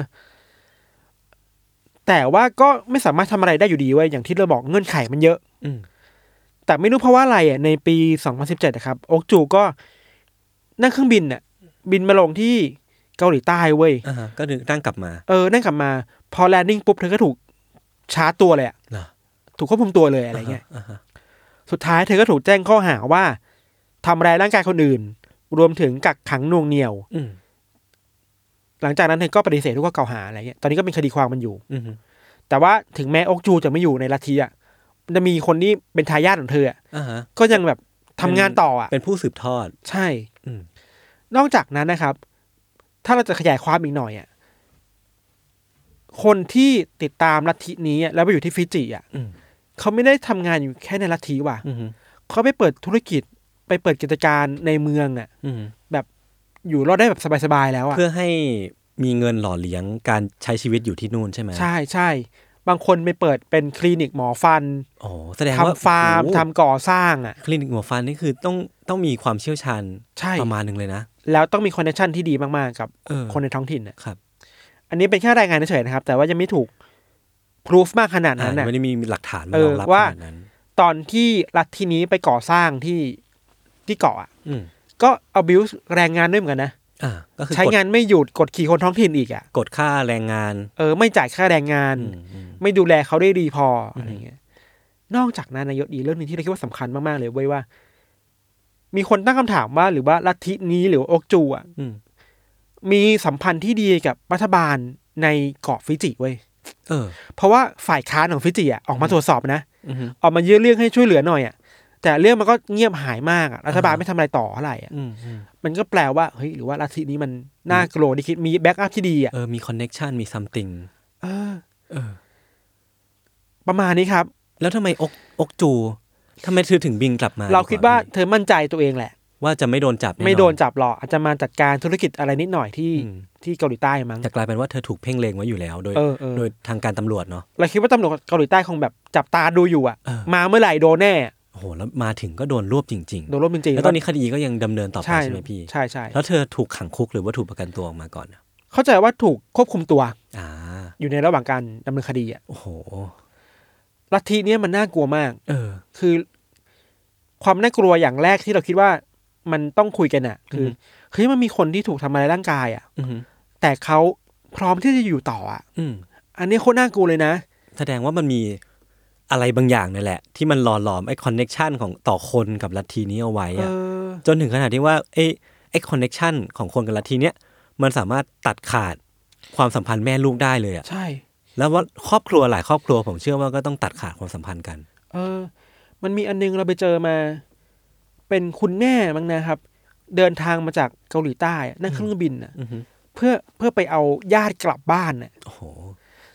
F: แต่ว่าก็ไม่สามารถทำอะไรได้อยู่ดีเว้ยอย่างที่เราบอกเงื่อนไขมันเยอะอืแต่ไม่รู้เพราะว่าอะไรอ่ะในปีสองพันสิบเจ็ดนะครับโอ๊กจูก็นั่งเครื่องบินน่ะบินมาลงที่เกาหลีใต้เว้ย
E: อ่าก็นั่งกลับมา
F: เออนั่งกลับมาพอแลนดิ้งปุ๊บเธอก็ถูกชาร์จตัวเลยอ่ะถูกควบคุมตัวเลยอะไรเงี้ยสุดท้ายเธอก็ถูกแจ้งข้อหาว่าทำร้ายร่างกายคนอื่นรวมถึงกักขังน่วงเหนี่ยวหลังจากนั้นเธอก็ปฏิเสธทุกข้อกล่าวหาอะไรเงี้ยตอนนี้ก็เป็นคดีความมันอยู่แต่ว่าถึงแม้โอ๊กจูจะไม่อยู่ในลัทธิอ่ะมันจะมีคนที่เป็นทายาทของเธออ่ะก็ยังแบบทำงานต่ออ่ะ
E: เป็นผู้สืบทอด
F: ใช่นอกจากนั้นนะครับถ้าเราจะขยายความอีกหน่อยอ่ะคนที่ติดตามลัทธินี้แล้วไปอยู่ที่ฟิจิอ่ะเขาไม่ได้ทำงานอยู่แค่ในลัทธิว่ะเขาไปเปิดธุรกิจไปเปิดกิจการในเมืองอ่ะแบบอยู่รอดได้แบบสบายๆแล้วอ่ะ
E: เพื่อให้มีเงินหล่อเลี้ยงการใช้ชีวิตอยู่ที่นู่นใช่ไหม
F: ใช่ใช่บางคนไปเปิดเป็นคลินิกหมอฟัน
E: โอ้แสดงว่า
F: ทำฟาร์มทำก่อสร้างอ่ะ
E: คลินิกหมอฟันนี่คือต้องต้องมีความเชี่ยวชาญประมาณนึงเลยนะ
F: แล้วต้องมีคอนเนคชั่นที่ดีมากๆกับคนในท้องถิ่นอ่ะครับอันนี้เป็นแค่รายงานเฉยๆนะครับแต่ว่ายังไม่ถูกพิสูจน์มากขนาดนั้นน่ะ
E: ไม่ได้มีหลักฐานมารองรับขนาดนั้น
F: ตอนที่ลัทธินี้ไปก่อสร้างที่ที่เกาะอ่ะก็เอาบิวแรงงานด้วยเหมือนกันนะใช้งานไม่หยุดกดขี่คนท้องถิ่นอีกอ่ะ
E: กดค่าแรงงาน
F: เออไม่จ่ายค่าแรงงานไม่ดูแลเขาได้ดีพออะไรเงี้ยนอกจากนั้นนายศอีกเรื่องนึงที่เราคิดว่าสำคัญมากๆเลยเว้ยว่ามีคนตั้งคำถามว่าหรือว่าลัทธินี้หรือโอ๊กจูอ่ะมีสัมพันธ์ที่ดีกับรัฐบาลในเกาะฟิจิเว้ยเออเพราะว่าฝ่ายค้านของฟิจิอ่ะออกมาตรวจสอบนะออกมายื่นเรื่องให้ช่วยเหลือหน่อยอ่ะแต่เรื่องมันก็เงียบหายมากอ่ะรัฐบาลไม่ทำอะไรต่อเท่าไหร่อ่ะมันก็แปลว่าเฮ้ยหรือว่าลัทธินี้มันน่ากลัวดิคิดมีแบ็กอัพที่ดีอ่ะ
E: เออมีคอนเนคชั่นมีซัมติง
F: เออเออประมาณนี้ครับ
E: แล้วทำไมอกอกจูทำไมเธอถึงบินกลับมา
F: เราคิดว่าเธอมั่นใจตัวเองแหละ
E: ว่าจะไม่โดนจับ
F: ไม่โดนจับหรอกอาจจะมาจัดการธุรกิจอะไรนิดหน่อยที่ที่เกาหลีใต้มั้ง
E: แต่กลายเป็นว่าเธอถูกเพ่งเล็งไว้อยู่แล้วโดยโดยทางการตำรวจเนาะ
F: เราคิดว่าตำรวจเกาหลีใต้คงแบบจับตาดูอยู่อ่ะมาเมื่อไหร่โดนแน่
E: โอ้โหแล้วมาถึงก็โดนรวบจริง
F: ๆโดนรวบจริงๆ
E: แล้วตอนนี้คดีก็ยังดำเนินต่อไปใช่ไหมพี่
F: ใช่ใช่
E: แล้วเธอถูกขังคุกหรือว่าถูกประกันตัวออกมาก่อน
F: เข้าใจว่าถูกควบคุมตัวอ่าอยู่ในระหว่างการดำเนินคดีอ่ะ
E: โอ้โห
F: ลัทธินี้มันน่ากลัวมากเออคือความน่ากลัวอย่างแรกที่เราคิดว่ามันต้องคุยกันอ่ะคือคือมันมีคนที่ถูกทำร้ายร่างกายอ่ะแต่เขาพร้อมที่จะอยู่ต่ออ่ะอันนี้โคตรน่ากลัวเลยนะ
E: แสดงว่ามันมีอะไรบางอย่างนี่แหละที่มันหล่อหลอมไอ้คอนเนคชันของต่อคนกับลัทธินี้เอาไว้อ่ะจนถึงขนาดที่ว่าไอ้ไอ้คอนเนคชันของคนกับลัทธิเนี้ยมันสามารถตัดขาดความสัมพันธ์แม่ลูกได้เลยอ่ะ
F: ใช่
E: แล้วว่าครอบครัวหลายครอบครัวผมเชื่อว่าก็ต้องตัดขาดความสัมพันธ์กัน
F: เออมันมีอันนึงเราไปเจอมาเป็นคุณแม่มั้งนะครับเดินทางมาจากเกาหลีใต้นั่งเครื่องบินน่ะเพื่อเพื่อไปเอาญาติกลับบ้านน่ะโอ้โห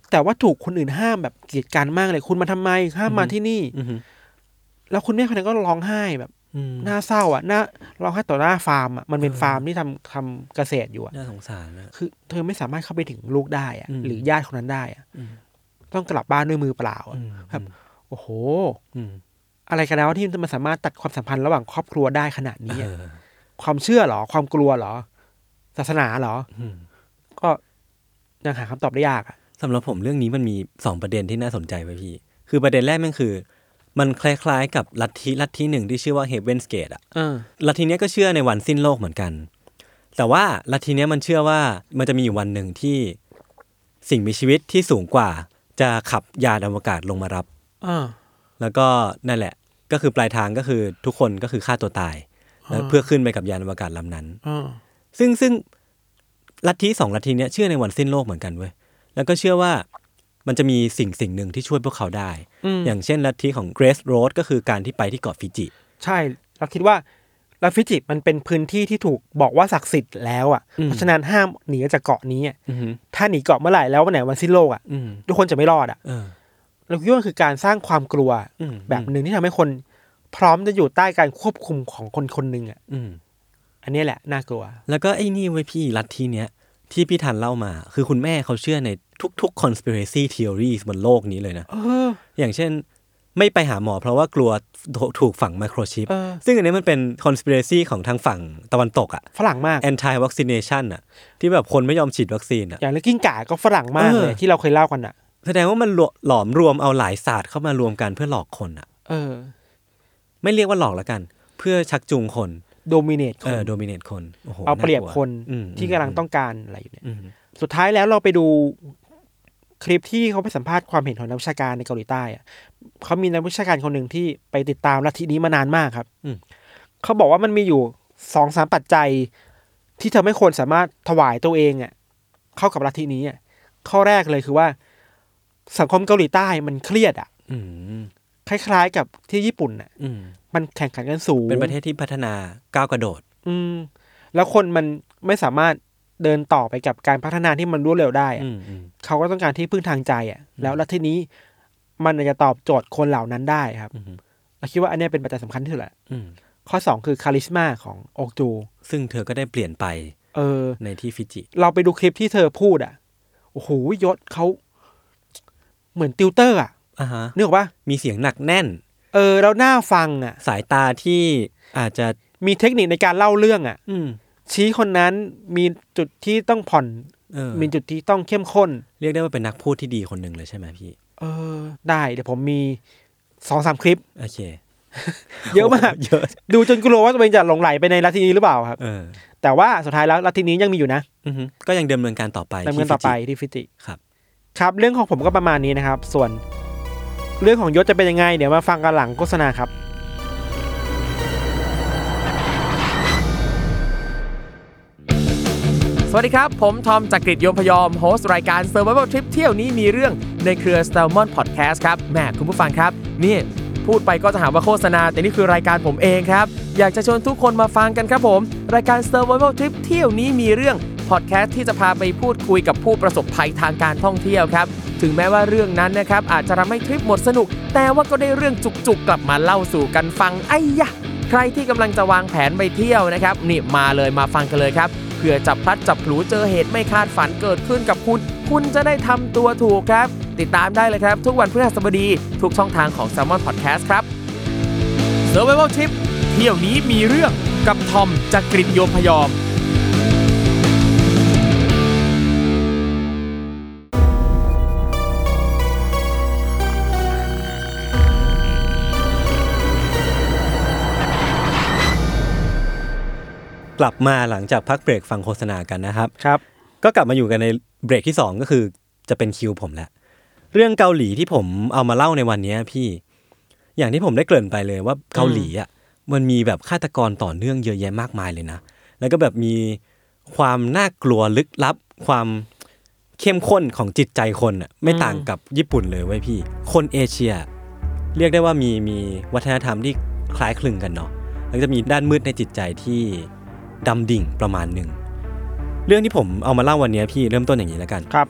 F: แต่ว่าถูกคนอื่นห้ามแบบกีดกันมากเลยคุณมาทำไมห้ามมาที่นี่แล้วคุณแม่คนนั้นก็ร้องไห้แบบน่าเศร้าอ่ะน่าร้องไห้ต่อหน้าฟาร์มอ่ะมันเป็นฟาร์มที่ทำทำเกษตรอยู่อ่ะ
E: น่าสงสารนะ
F: คือเธอไม่สามารถเข้าไปถึงลูกได้อ่ะหรือญาติคนนั้นได้อ่ะต้องกลับบ้านด้วยมือเปล่าครับโอ้โหอะไรกันแล้วที่มันสามารถตัดความสัมพันธ์ระหว่างครอบครัวได้ขนาดนี้ความเชื่อหรอความกลัวหรอศาสนาหรอก็ยังหาคำตอบได้ยากอ่ะ
E: สำหรับผมเรื่องนี้มันมีสองประเด็นที่น่าสนใจไว้พี่คือประเด็นแรกมันคือมันคล้ายๆกับลัทธิลัทธิหนึ่งที่ชื่อว่า Heaven's Gate อ่ะลัทธินี้ก็เชื่อในวันสิ้นโลกเหมือนกันแต่ว่าลัทธินี้มันเชื่อว่ามันจะมีอยู่วันหนึ่งที่สิ่งมีชีวิตที่สูงกว่าจะขับยานอวกาศลงมารับแล้วก็นั่นแหละก็คือปลายทางก็คือทุกคนก็คือฆ่าตัวตายแล้วเพื่อขึ้นไปกับยานอวกาศลำนั้นซึ่งซึ่งลัทธิสองลัทธินี้เชื่อในวันสิ้นโลกเหมือนกันเว้ยแล้วก็เชื่อว่ามันจะมีสิ่งสิ่งหนึ่งที่ช่วยพวกเขาได้อย่างเช่นลัทธิของ Grace Road ก็คือการที่ไปที่เกาะฟิจิ
F: ใช่เราคิดว่าลัทธิฟิจิมันเป็นพื้นที่ที่ถูกบอกว่าศักดิ์สิทธิ์แล้วอ่ะเพราะฉะนั้นห้ามหนีจากเกาะนี้ถ้าหนีเกาะเมื่อไหร่แล้ววันไหนวันสิ้นโลกอ่ะทุกคนจะไม่รอดอ่ะเราคิดว่ามันคือการสร้างความกลัวแบบหนึ่งที่ทำให้คนพร้อมจะอยู่ใต้การควบคุมของคนคนหนึ่งอ่ะอันนี้แหละน่ากลัว
E: แล้วก็ไอ้นี่ไว้พี่ลัทธิเนี้ยที่พี่ทันเล่ามาคือคุณแม่เขาเชื่อในทุกๆ conspiracy theories บนโลกนี้เลยนะอย่างเช่นไม่ไปหาหมอเพราะว่ากลัวถูกฝังไมโครชิปซึ่งอันนี้มันเป็น conspiracy ของทางฝั่งตะวันตกอ่ะ
F: ฝรั่งมาก
E: anti vaccination อ่ะที่แบบคนไม่ยอมฉีดวัคซีนอ่ะ
F: อย่างเรื่องกิ้งก่าก็ฝรั่งมากเลยที่เราเคยเล่ากันอ่ะ
E: แสดงว่ามันหลอมรวมเอาหลายศาสตร์เข้ามารวมกันเพื่อหลอกคนอ่ะ
F: เออ
E: ไม่เรียกว่าหลอกแล้วกันเพื่อชักจูงคน
F: โดมิเนตคน
E: เออโดมิเนตคนโอ้โห
F: เอาเปรียบคนที่กำลังต้องการอะไรอยู่เนี่ยสุดท้ายแล้วเราไปดูคลิปที่เขาไปสัมภาษณ์ความเห็นของนักวิชาการในเกาหลีใต้อ่ะเขามีนักวิชาการคนหนึ่งที่ไปติดตามลัทธินี้มานานมากครับเขาบอกว่ามันมีอยู่สองสามปัจจัยที่ทำให้คนสามารถถวายตัวเองอ่ะเข้ากับลัทธินี้อ่ะข้อแรกเลยคือว่าสังคมเกาหลีใต้มันเครียดอ่ะคล้ายๆกับที่ญี่ปุ่นอ่ะมันแข่งขันกันสูง
E: เป็นประเทศที่พัฒนาก้าวกระโดด
F: อืมแล้วคนมันไม่สามารถเดินต่อไปกับการพัฒนาที่มันรวดเร็วได้อ่ะเขาก็ต้องการที่พึ่งทางใจอ่ะแล้วลัทธินี้มันจะตอบโจทย์คนเหล่านั้นได้ครับเราคิดว่าอันนี้เป็นปัจจัยสำคัญที่สุดแหละข้อสองคือคาลิสมาของโอกจู
E: ซึ่งเธอก็ได้เปลี่ยนไป
F: เออ
E: ในที่ฟิจิ
F: เราไปดูคลิปที่เธอพูดอ่ะโอ้โหยศเขาเหมือนติวเตอร์อ่ะนึกออกป่ะ
E: มีเสียงหนักแน่น
F: เออแล้วน่าฟังอ่ะ
E: สายตาที่อาจจะ
F: มีเทคนิคในการเล่าเรื่องอ่ะชี้คนนั้นมีจุดที่ต้องผ่อนมีจุดที่ต้องเข้มข้น
E: เรียกได้ว่าเป็นนักพูดที่ดีคนหนึ่งเลยใช่ไหมพี่
F: เออได้เดี๋ยวผมมีสองสามคลิป
E: โอเค
F: เยอะมากเยอะดูจนกลัวว่าตัวเองจะหลงไหลไปในลัทธินี้หรือเปล่าครับ
E: เออ
F: แต่ว่าสุดท้ายแล้วลัทธินี้ยังมีอยู่นะ
E: ก็ยังดำเนินการต่อไป
F: ดำเนินต่อไปที่ฟิจิ
E: ครับ
F: ครับเรื่องของผมก็ประมาณนี้นะครับส่วนเรื่องของยศจะเป็นยังไงเดี๋ยวมาฟังกันหลังโฆษณาครับ
A: สวัสดีครับผมทอมจากกฤษโยมพยอมโฮสต์รายการ Survival Trip เที่ยวนี้มีเรื่องในเครือ Salmon Podcast ครับแม่คุณผู้ฟังครับนี่พูดไปก็จะหาว่าโฆษณาแต่นี่คือรายการผมเองครับอยากจะชวนทุกคนมาฟังกันครับผมรายการ Survival Trip เที่ยวนี้มีเรื่องพอดแคสต์ที่จะพาไปพูดคุยกับผู้ประสบภัยทางการท่องเที่ยวครับถึงแม้ว่าเรื่องนั้นนะครับอาจจะทำให้ทริปหมดสนุกแต่ว่าก็ได้เรื่องจุกๆกลับมาเล่าสู่กันฟังไอ้ยะใครที่กำลังจะวางแผนไปเที่ยวนะครับนี่มาเลยมาฟังกันเลยครับเพื่อจับพลัดจับผลูเจอเหตุไม่คาดฝันเกิดขึ้นกับคุณคุณจะได้ทำตัวถูกครับติดตามได้เลยครับทุกวันพฤหัสบดีทุกช่องทางของ Salmon Podcast ครับ Survival Trip เที่ยวนี้มีเรื่องกับทอมจากกฤษโยมพยอม
E: กลับมาหลังจากพักเบรกฟังโฆษณากันนะครับ
F: ครับ
E: ก็กลับมาอยู่กันในเบรกที่สองก็คือจะเป็นคิวผมแล้วเรื่องเกาหลีที่ผมเอามาเล่าในวันนี้พี่อย่างที่ผมได้เกริ่นไปเลยว่าเกาหลีอ่ะมันมีแบบฆาตกรต่อเนื่องเยอะแยะมากมายเลยนะแล้วก็แบบมีความน่ากลัวลึกลับความเข้มข้นของจิตใจคนอ่ะไม่ต่างกับญี่ปุ่นเลยเว้ยพี่คนเอเชียเรียกได้ว่ามีมีวัฒนธรรมที่คล้ายคลึงกันเนาะแล้วจะมีด้านมืดในจิตใจที่ดำดิ่งประมาณหนึ่งเรื่องที่ผมเอามาเล่าวันนี้พี่เริ่มต้นอย่างนี้แล้วกัน
F: ครับ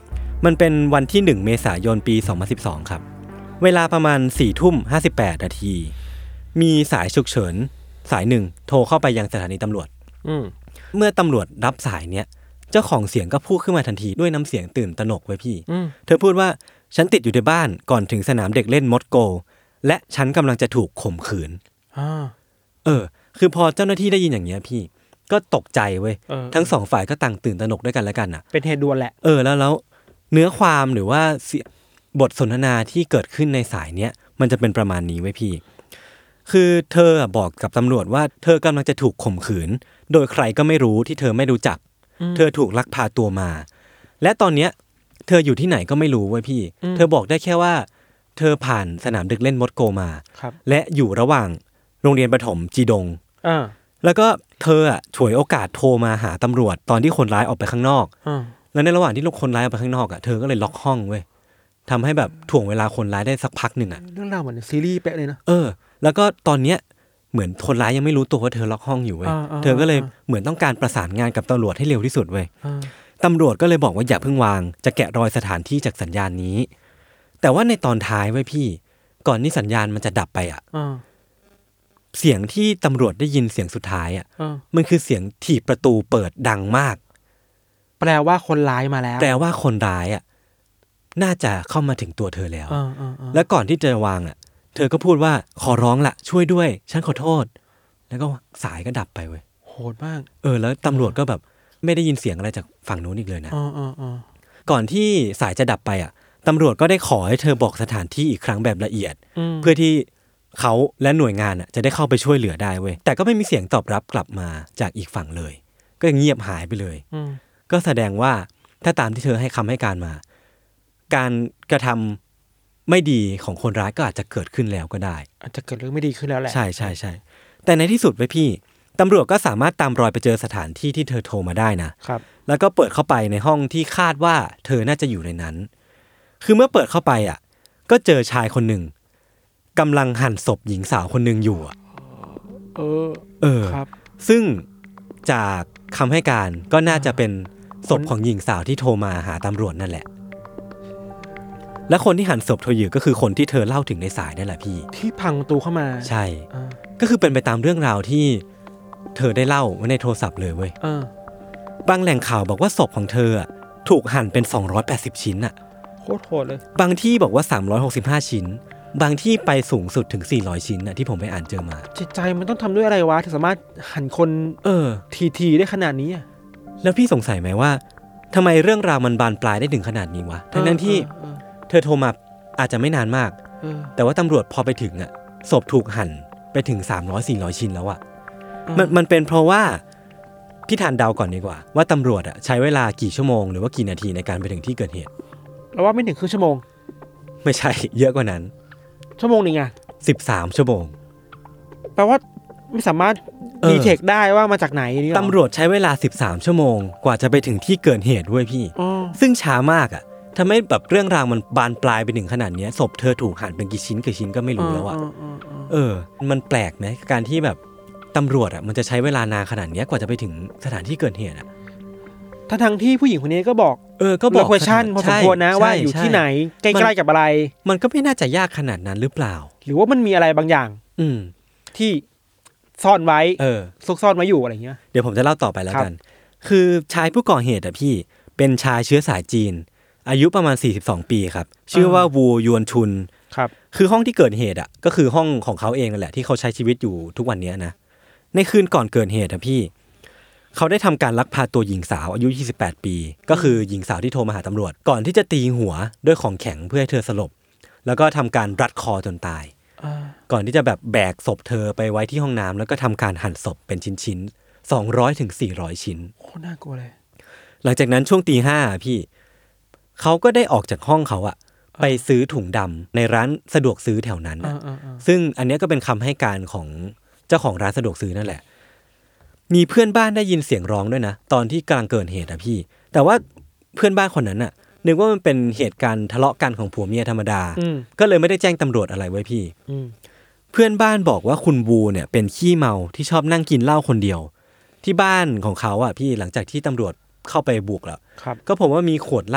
E: มันเป็นวันที่หนึ่งเมษายนปีสองพันสิบสองครับเวลาประมาณ สี่ทุ่มห้าสิบแปด นาทีมีสายฉุกเฉินสายหนึ่งโทรเข้าไปยังสถานีตำรวจ
F: อืม
E: เมื่อตำรวจรับสายเนี้ยเจ้าของเสียงก็พูดขึ้นมาทันทีด้วยน้ำเสียงตื่นตระหนกไว้พี่เธอพูดว่าฉันติดอยู่ในบ้านก่อนถึงสนามเด็กเล่นมดโกและฉันกำลังจะถูกข่มขืนเออคือพอเจ้าหน้าที่ได้ยินอย่างเงี้ยพี่ก็ตกใจเว้ยทั้งสองฝ่ายก็ต่างตื่นตระหนกด้วยกันแล้วกันน่ะ
F: เป็นเหตุด่วนแหละ
E: เออแล้วแล้วเนื้อความหรือว่าบทสนทนาที่เกิดขึ้นในสายเนี้ยมันจะเป็นประมาณนี้ไว้พี่คือเธอบอกกับตำรวจว่าเธอกำลังจะถูกข่มขืนโดยใครก็ไม่รู้ที่เธอไม่รู้จักเธอถูกลักพาตัวมาและตอนเนี้ยเธออยู่ที่ไหนก็ไม่รู้ไว้พี่เธอบอกได้แค่ว่าเธอผ่านสนามเด็กเล่นมดโกมาและอยู่ระหว่างโรงเรียนประถมจีดงแล้วก็เธออ่ะฉวยโอกาสโทรมาหาตำรวจตอนที่คนร้ายออกไปข้างนอกแล้วในระหว่างที่คนร้ายออกไปข้างนอกอ่ะเธอก็เลยล็อกห้องเว้ยทำให้แบบถ่วงเวลาคนร้ายได้สักพักหนึ่งอ่ะ
F: เรื่องราวเหมือนซีรีส์เป๊ะเลยนะ
E: เออแล้วก็ตอนเนี้ยเหมือนคนร้ายยังไม่รู้ตัวว่าเธอล็อกห้องอยู่เว้ยเธอก็เลยเหมือนต้องการประสานงานกับตำรวจให้เร็วที่สุดเว้ยตำรวจก็เลยบอกว่าอย่าเพิ่งวางจะแกะรอยสถานที่จากสัญญาณนี้แต่ว่าในตอนท้ายเว้ยพี่ก่อนที่สัญญาณมันจะดับไปอ่ะเสียงที่ตำรวจได้ยินเสียงสุดท้ายอ่ะมันคือเสียงถีบประตูเปิดดังมาก
F: แปลว่าคนร้ายมาแล้ว
E: แปลว่าคนร้ายอ่ะน่าจะเข้ามาถึงตัวเธอแล้วและก่อนที่จะวางอ่ะเธอก็พูดว่าขอร้องละช่วยด้วยฉันขอโทษแล้วก็สายก็ดับไปเว้ย
F: โหดมาก
E: เออแล้วตำรวจก็แบบไม่ได้ยินเสียงอะไรจากฝั่งนู้นอีกเลยนะก่อนที่สายจะดับไปอ่ะตำรวจก็ได้ขอให้เธอบอกสถานที่อีกครั้งแบบละเอียดเพื่อที่เขาและหน่วยงานอ่ะจะได้เข้าไปช่วยเหลือได้เว้ยแต่ก็ไม่มีเสียงตอบรับกลับมาจากอีกฝั่งเลยก็เงียบหายไปเลยก็แสดงว่าถ้าตามที่เธอให้คำให้การมาการกระทำไม่ดีของคนร้ายก็อาจจะเกิดขึ้นแล้วก็ได้
F: อาจจะเกิดเรื่องไม่ดีขึ้นแล้วแหละ
E: ใช่ใช่ใช่แต่ในที่สุดไว้พี่ตำรวจก็สามารถตามรอยไปเจอสถานที่ที่เธอโทรมาได้นะครับแล้วก็เปิดเข้าไปในห้องที่คาดว่าเธอน่าจะอยู่ในนั้นคือเมื่อเปิดเข้าไปอ่ะก็เจอชายคนหนึ่งกำลังหั่นศพหญิงสาวคนหนึ่งอยู่อ่ะ
F: เออ
E: เออครับซึ่งจากคำให้การก็น่าจะเป็นศพของหญิงสาวที่โทรมาหาตำรวจนั่นแหละและคนที่หั่นศพเธออยู่ก็คือคนที่เธอเล่าถึงในสายนั่นแหละพี่
F: ที่พังประตูเข้ามา
E: ใช่ก็คือเป็นไปตามเรื่องราวที่เธอได้เล่าไว้ในโทรศัพท์เลยเว้ยบางแหล่งข่าวบอกว่าศพของเธอถูกหั่นเป็นสองร้อยแปดสิบชิ้นอ่ะ
F: โคตรโหดเลย
E: บางที่บอกว่าสามร้อยหกสิบห้าชิ้นบางที่ไปสูงสุดถึงสี่ร้อยชิ้นน่ะที่ผมไปอ่านเจอมา
F: จิตใจมันต้องทำด้วยอะไรวะถึงสามารถหั่นคน
E: เออ
F: ทีๆได้ขนาดนี้อ่ะ
E: แล้วพี่สงสัยไหมว่าทำไมเรื่องราวมันบานปลายได้ถึงขนาดนี้วะทั้งนั้นที่เธอโทรมาอาจจะไม่นานมากแต่ว่าตำรวจพอไปถึงอ่ะศพถูกหั่นไปถึงสามร้อย สี่ร้อยชิ้นแล้วอ่ะมันมันเป็นเพราะว่าพี่ทานเดาก่อนดีกว่าว่าตำรวจอ่ะใช้เวลากี่ชั่วโมงหรือว่ากี่นาทีในการไปถึงที่เกิดเหตุ
F: เราว่าไม่ถึงครึ่งชั่วโมง
E: ไม่ใช่เยอะกว่านั้น
F: ชั่วโมงนึงอ่ะ
E: สิบสามชั่วโมง
F: แปลว่าไม่สามารถดีเทคได้ว่ามาจากไหนนี่
E: ตำรวจใช้เวลาสิบสามชั่วโมงกว่าจะไปถึงที่เกิดเหตุด้วยพี่ซึ่งช้ามากอ่ะทำให้แบบเรื่องราวมันบานปลายไปถึงขนาดนี้ศพเธอถูกหั่นเป็นกี่ชิ้นกี่ชิ้นก็ไม่รู้แล้วอ่ะเออมันแปลกไหมการที่แบบตำรวจอ่ะมันจะใช้เวลานานขนาดนี้กว่าจะไปถึงสถานที่เกิดเหตุอ่ะ
F: ทั้งทั้งที่ผู้หญิงคนนี้ก็บอก
E: เออก็บอก
F: question พอสมควรนะว่าอยู่ที่ไหนใกล้ๆกับอะไร
E: มันก็ไม่น่าจะยากขนาดนั้นหรือเปล่า
F: หรือว่ามันมีอะไรบางอย่าง
E: อืม
F: ที่ซ่อนไว้
E: เออ
F: ซุกซ่อนไว้อยู่อะไรเงี้ย
E: เดี๋ยวผมจะเล่าต่อไปแล้วกันคือชายผู้ก่อเหตุอ่ะพี่เป็นชายเชื้อสายจีนอายุประมาณสี่สิบสองปีครับชื่อว่าวูยวนชุน
F: ครับ
E: คือห้องที่เกิดเหตุอ่ะก็คือห้องของเขาเองนั่นแหละที่เขาใช้ชีวิตอยู่ทุกวันนี้นะในคืนก่อนเกิดเหตุอ่ะพี่เขาได้ทำการลักพาตัวหญิงสาวอายุยี่สิบแปดปีก็คือหญิงสาวที่โทรมาหาตำรวจก่อนที่จะตีหัวด้วยของแข็งเพื่อให้เธอสลบแล้วก็ทำการรัดคอจนตายก่อนที่จะแบบแบกศพเธอไปไว้ที่ห้องน้ำแล้วก็ทำการหั่นศพเป็นชิ้นๆสองร้อยถึงสี่ร้อยชิ้น
F: โคตรน่ากลัวเลย
E: หลังจากนั้นช่วงตีห้าพี่เขาก็ได้ออกจากห้องเขาอะไปซื้อถุงดำในร้านสะดวกซื้อแถวนั้นซึ่งอันนี้ก็เป็นคำให้การของเจ้าของร้านสะดวกซื้อนั่นแหละมีเพื่อนบ้านได้ยินเสียงร้องด้วยนะตอนที่กำลังเกิดเหตุอะพี่แต่ว่าเพื่อนบ้านคนนั้นอะนึกว่ามันเป็นเหตุการณ์ทะเลาะกันของผัวเมียธรรมดาก็เลยไม่ได้แจ้งตำรวจอะไรไว้พี่เพื่อนบ้านบอกว่าคุณวูเนี่ยเป็นขี้เมาที่ชอบนั่งกินเหล้าคนเดียวที่บ้านของเขาอะพี่หลังจากที่ตำรวจเข้าไปบุกแล้วก็ผมว่ามีขวดเหล้า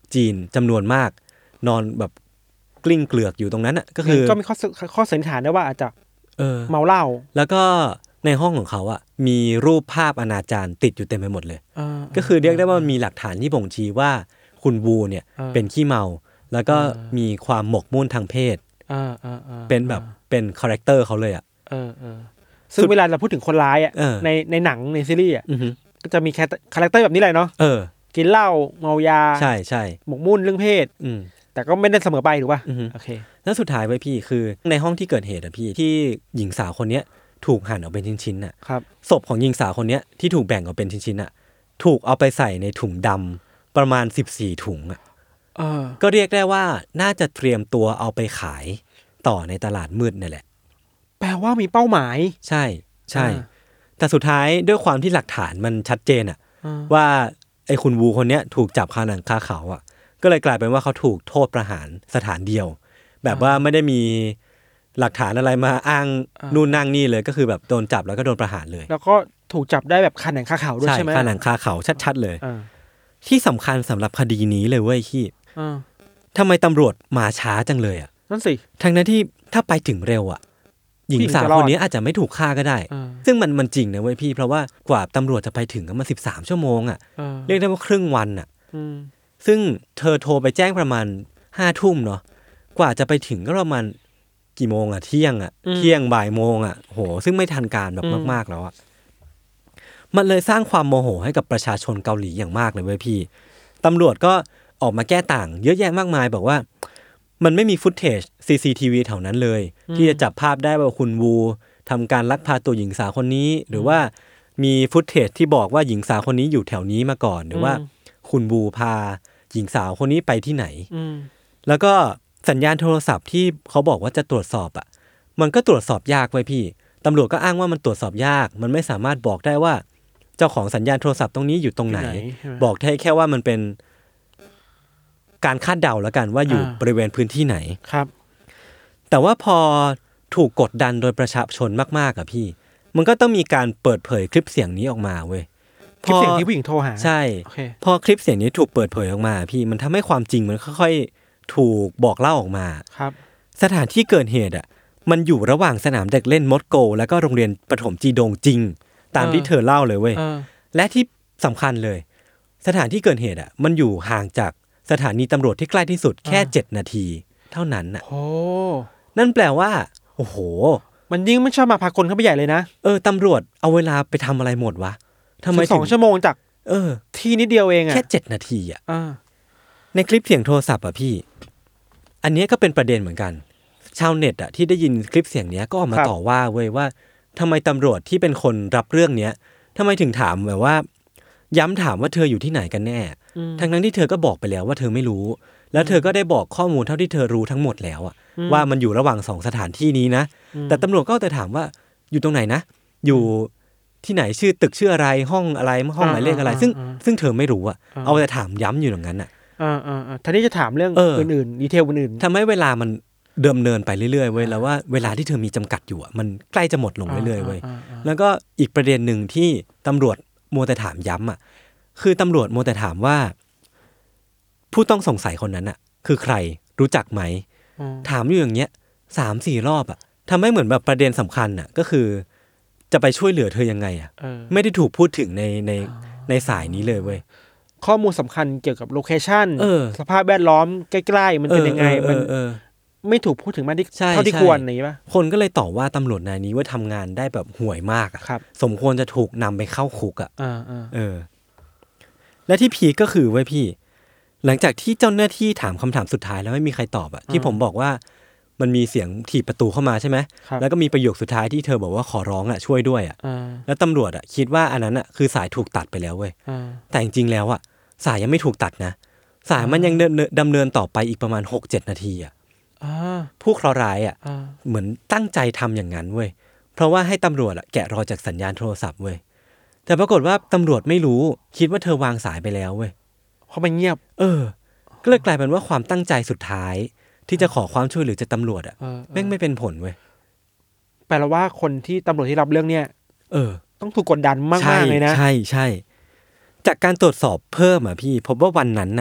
E: จีนจำนวนมากนอนแบบกลิ้งเกลือกอยู่ตรงนั้นอ่ะก็คือ
F: ก็มีข้อข้อสันนิษฐานได้ว่าอาจจะ
E: เออ
F: เมาเหล้า
E: แล้วก็ในห้องของเขาอ่ะมีรูปภาพอนาจารติดอยู่เต็มไปหมดเลยก็คือเรียกได้ว่ามีหลักฐานที่บ่งชี้ว่าคุณวูเนี่ยเป็นขี้เมาแล้วก็มีความหมกมุ่นทางเพศเป็นแบบเป็นคาแรคเตอร์เขาเลยอ่ะ
F: ซึ่งเวลาเราพูดถึงคนร้ายอ่ะในในหนังในซีรีส์อ่ะก็จะมีคาแรคเตอร์แบบนี้เลยเนาะกินเหล้าเมายา
E: ใช่ใช่
F: หมกมุ่นเรื่องเพศแต่ก็ไม่ได้เสมอไปถูกป่ะโอเค
E: แล้วสุดท้ายไว้พี่คือในห้องที่เกิดเหตุอ่ะพี่ที่หญิงสาวคนเนี้ยถูกหั่นออกเป็นชิ้นๆน่ะศพของหญิงสาวคนเนี้ยที่ถูกแบ่งออกเป็นชิ้นๆน่ะถูกเอาไปใส่ในถุงดำประมาณสิบสี่ถุงอ่ะก็เรียกได้ว่าน่าจะเตรียมตัวเอาไปขายต่อในตลาดมืดนี่แหละ
F: แปลว่ามีเป้าหมาย
E: ใช่ใช่แต่สุดท้ายด้วยความที่หลักฐานมันชัดเจนอ่ะว่าไอ้คุณวูคนเนี้ยถูกจับคาหนังคาเขาอ่ะก็เลยกลายเป็นว่าเขาถูกโทษประหารสถานเดียวแบบว่าไม่ได้มีหลักฐานอะไรมาอ้างนู่นนั่งนี่เลยก็คือแบบโดนจับแล้วก็โดนประหารเลย
F: แล้วก็ถูกจับได้แบบคาหนังคาเขาด้วยใช่ไหม
E: คาหนังคาเขาชัดๆเลยที่สำคัญสำหรับคดีนี้เลยเว้ยที่ทำไมตำรวจมาช้าจังเลยอ่ะ
F: นั่นสิ
E: ทั้งนั้นที่ถ้าไปถึงเร็วอ่ะหญิงสาวคนนี้อาจจะไม่ถูกฆ่าก็ได้ซึ่งมันมันจริงนะเว้ยพี่เพราะว่ากว่าตำรวจจะไปถึงก็มาสิบสามชั่วโมงอ่ะเรียกได้ว่าครึ่งวันอ่ะซึ่งเธอโทรไปแจ้งประมาณห้าทุ่มเนาะกว่าจะไปถึงก็ประมาณกี่โมงอ่ะเที่ยงอ่ะเที่ยงบ่ายโมงอ่ะโหซึ่งไม่ทันการแบบมากๆแล้วอ่ะมันเลยสร้างความโมโหให้กับประชาชนเกาหลีอย่างมากเลยเว้ยพี่ตำรวจก็ออกมาแก้ต่างเยอะแยะมากมายบอกว่ามันไม่มีฟุตเทจ ซี ซี ที วี แถวนั้นเลยที่จะจับภาพได้ว่าคุณวูทำการลักพาตัวหญิงสาวคนนี้หรือว่ามีฟุตเทจที่บอกว่าหญิงสาวคนนี้อยู่แถวนี้มาก่อนหรือว่าคุณวูพาหญิงสาวคนนี้ไปที่ไหนแล้วก็สัญญาณโทรศัพท์ที่เขาบอกว่าจะตรวจสอบอ่ะมันก็ตรวจสอบยากไว้พี่ตำรวจก็อ้างว่ามันตรวจสอบยากมันไม่สามารถบอกได้ว่าเจ้าของสัญญาณโทรศัพท์ตรงนี้อยู่ตรงไหนบอกได้แค่ว่ามันเป็นการคาดเดาแล้วกันว่าอยู่บริเวณพื้นที่ไหน
F: ครับ
E: แต่ว่าพอถูกกดดันโดยประชาชนมากๆอ่ะพี่มันก็ต้องมีการเปิดเผยคลิปเสียงนี้ออกมาเว้ย
F: คลิปเสียงที่ผู้หญิงโทรหา
E: ใช่พอคลิปเสียงนี้ถูกเปิดเผยออกมาพี่มันทำให้ความจริงมันค่อยๆถูกบอกเล่าออกมา
F: ครับ
E: สถานที่เกิดเหตุอ่ะมันอยู่ระหว่างสนามเด็กเล่นมอสโกแล้วก็โรงเรียนประถมจีดงจริงตามที่เธอเล่าเลยเว้ยและที่สำคัญเลยสถานที่เกิดเหตุอ่ะมันอยู่ห่างจากสถานีตำรวจที่ใกล้ที่สุดแค่เจ็ดนาทีเท่านั้นน่ะ
F: โอ้
E: นั่นแปลว่าโอ้โห
F: มันยิ่งไม่ชอบมาพากลเข้าไปใหญ่เลยนะ
E: เออตำรวจเอาเวลาไปทำอะไรหมดวะ
F: ทำไมสองชั่วโมงจาก
E: เออ
F: ที่นิดเดียวเองอ่ะ
E: แค่เจ็ดนาทีอ่ะในคลิปเสียงโทรศัพท์อ่ะพี่อันนี้ก็เป็นประเด็นเหมือนกันชาวเน็ตอ่ะที่ได้ยินคลิปเสียงเนี้ยก็ออกมาต่อว่าเว้ยว่าทำไมตำรวจที่เป็นคนรับเรื่องเนี้ยทำไมถึงถามแบบว่าย้ำถามว่าเธออยู่ที่ไหนกันแน่ทั้งนั้นที่เธอก็บอกไปแล้วว่าเธอไม่รู้แล้วเธอก็ได้บอกข้อมูลเท่าที่เธอรู้ทั้งหมดแล้วอ่ะว่ามันอยู่ระหว่างสองสถานที่นี้นะแต่ตำรวจก็แต่ถามว่าอยู่ตรงไหนนะอยู่ที่ไหนชื่อตึกชื่ออะไรห้องอะไรห้องหมายเลขอะไรซึ่งซึ่งเธอไม่รู้อ่ะเอาแต่ถามย้ำอยู่อย่างนั้นอ่ะ
F: อ่าๆๆท่านี้จะถามเรื่องอื่นๆดีเทลอื่น
E: ๆทำให้เวลามันเดิมเนินไปเรื่อยๆเว้ยแล้วว่าเวลาที่เธอมีจำกัดอยู่อ่ะมันใกล้จะหมดลงเรื่อยๆเว้ยแล้วก็อีกประเด็นหนึ่งที่ตำรวจมัวแต่ถามย้ำอ่ะคือตำรวจมัวแต่ถามว่าผู้ต้องสงสัยคนนั้นอ่ะคือใครรู้จักไหมถามอยู่อย่างเงี้ยสามสี่รอบอ่ะทำให้เหมือนแบบประเด็นสำคัญอ่ะก็คือจะไปช่วยเหลือเธอยังไงอ่ะไม่ได้ถูกพูดถึงในในในสายนี้เลยเว้ย
F: ข้อมูลสำคัญเกี่ยวกับโลเคชั่นสภาพแวดล้อมใกล้ๆมันเป็นยังไงมันไม่ถูกพูดถึงมากที่เท่าที่ควรนี่ป่ะ
E: คนก็เลยต่อว่าตำรวจนายนี้ว่าทำงานได้แบบห่วยมากอ่ะสมควรจะถูกนำไปเข้าคุกอ่ะเออและที่พีก็คือเว้ยพี่หลังจากที่เจ้าหน้าที่ถามคำถามสุดท้ายแล้วไม่มีใครตอบอ่ะที่ผมบอกว่ามันมีเสียงถีบประตูเข้ามาใช่ไหมแล้วก็มีประโยคสุดท้ายที่เธอบอกว่าขอร้องอ่ะช่วยด้วยอ่ะแล้วตำรวจอ่ะคิดว่าอันนั้นอ่ะคือสายถูกตัดไปแล้วเว้ยแต่จริงๆแล้วอ่ะสายยังไม่ถูกตัดนะสายมันยังดำเนินต่อไปอีกประมาณ หกเจ็ด นาทีอ่ะผู้เคราะห์ร้ายอ่ะเหมือนตั้งใจทำอย่างนั้นเว้ยเพราะว่าให้ตำรวจอ่ะแกะรอยจากสัญญาณโทรศัพท์เว้ยแต่ปรากฏว่าตำรวจไม่รู้คิดว่าเธอวางสายไปแล้วเว้ย
F: เพราะมันเงียบ
E: เออก็เลยกลายเป็นว่าความตั้งใจสุดท้ายที่จะขอความช่วยเหลือจากตำรวจอ่ะแม่งไม่เป็นผลเว้ย
F: แปลว่าคนที่ตำรวจที่รับเรื่องเนี้ยเออต้องถูกกดดันมากๆเลยนะ
E: ใช่ใช่จากการตรวจสอบเพิ่มอ่ะพี่พบว่าวันนั้นน่ะ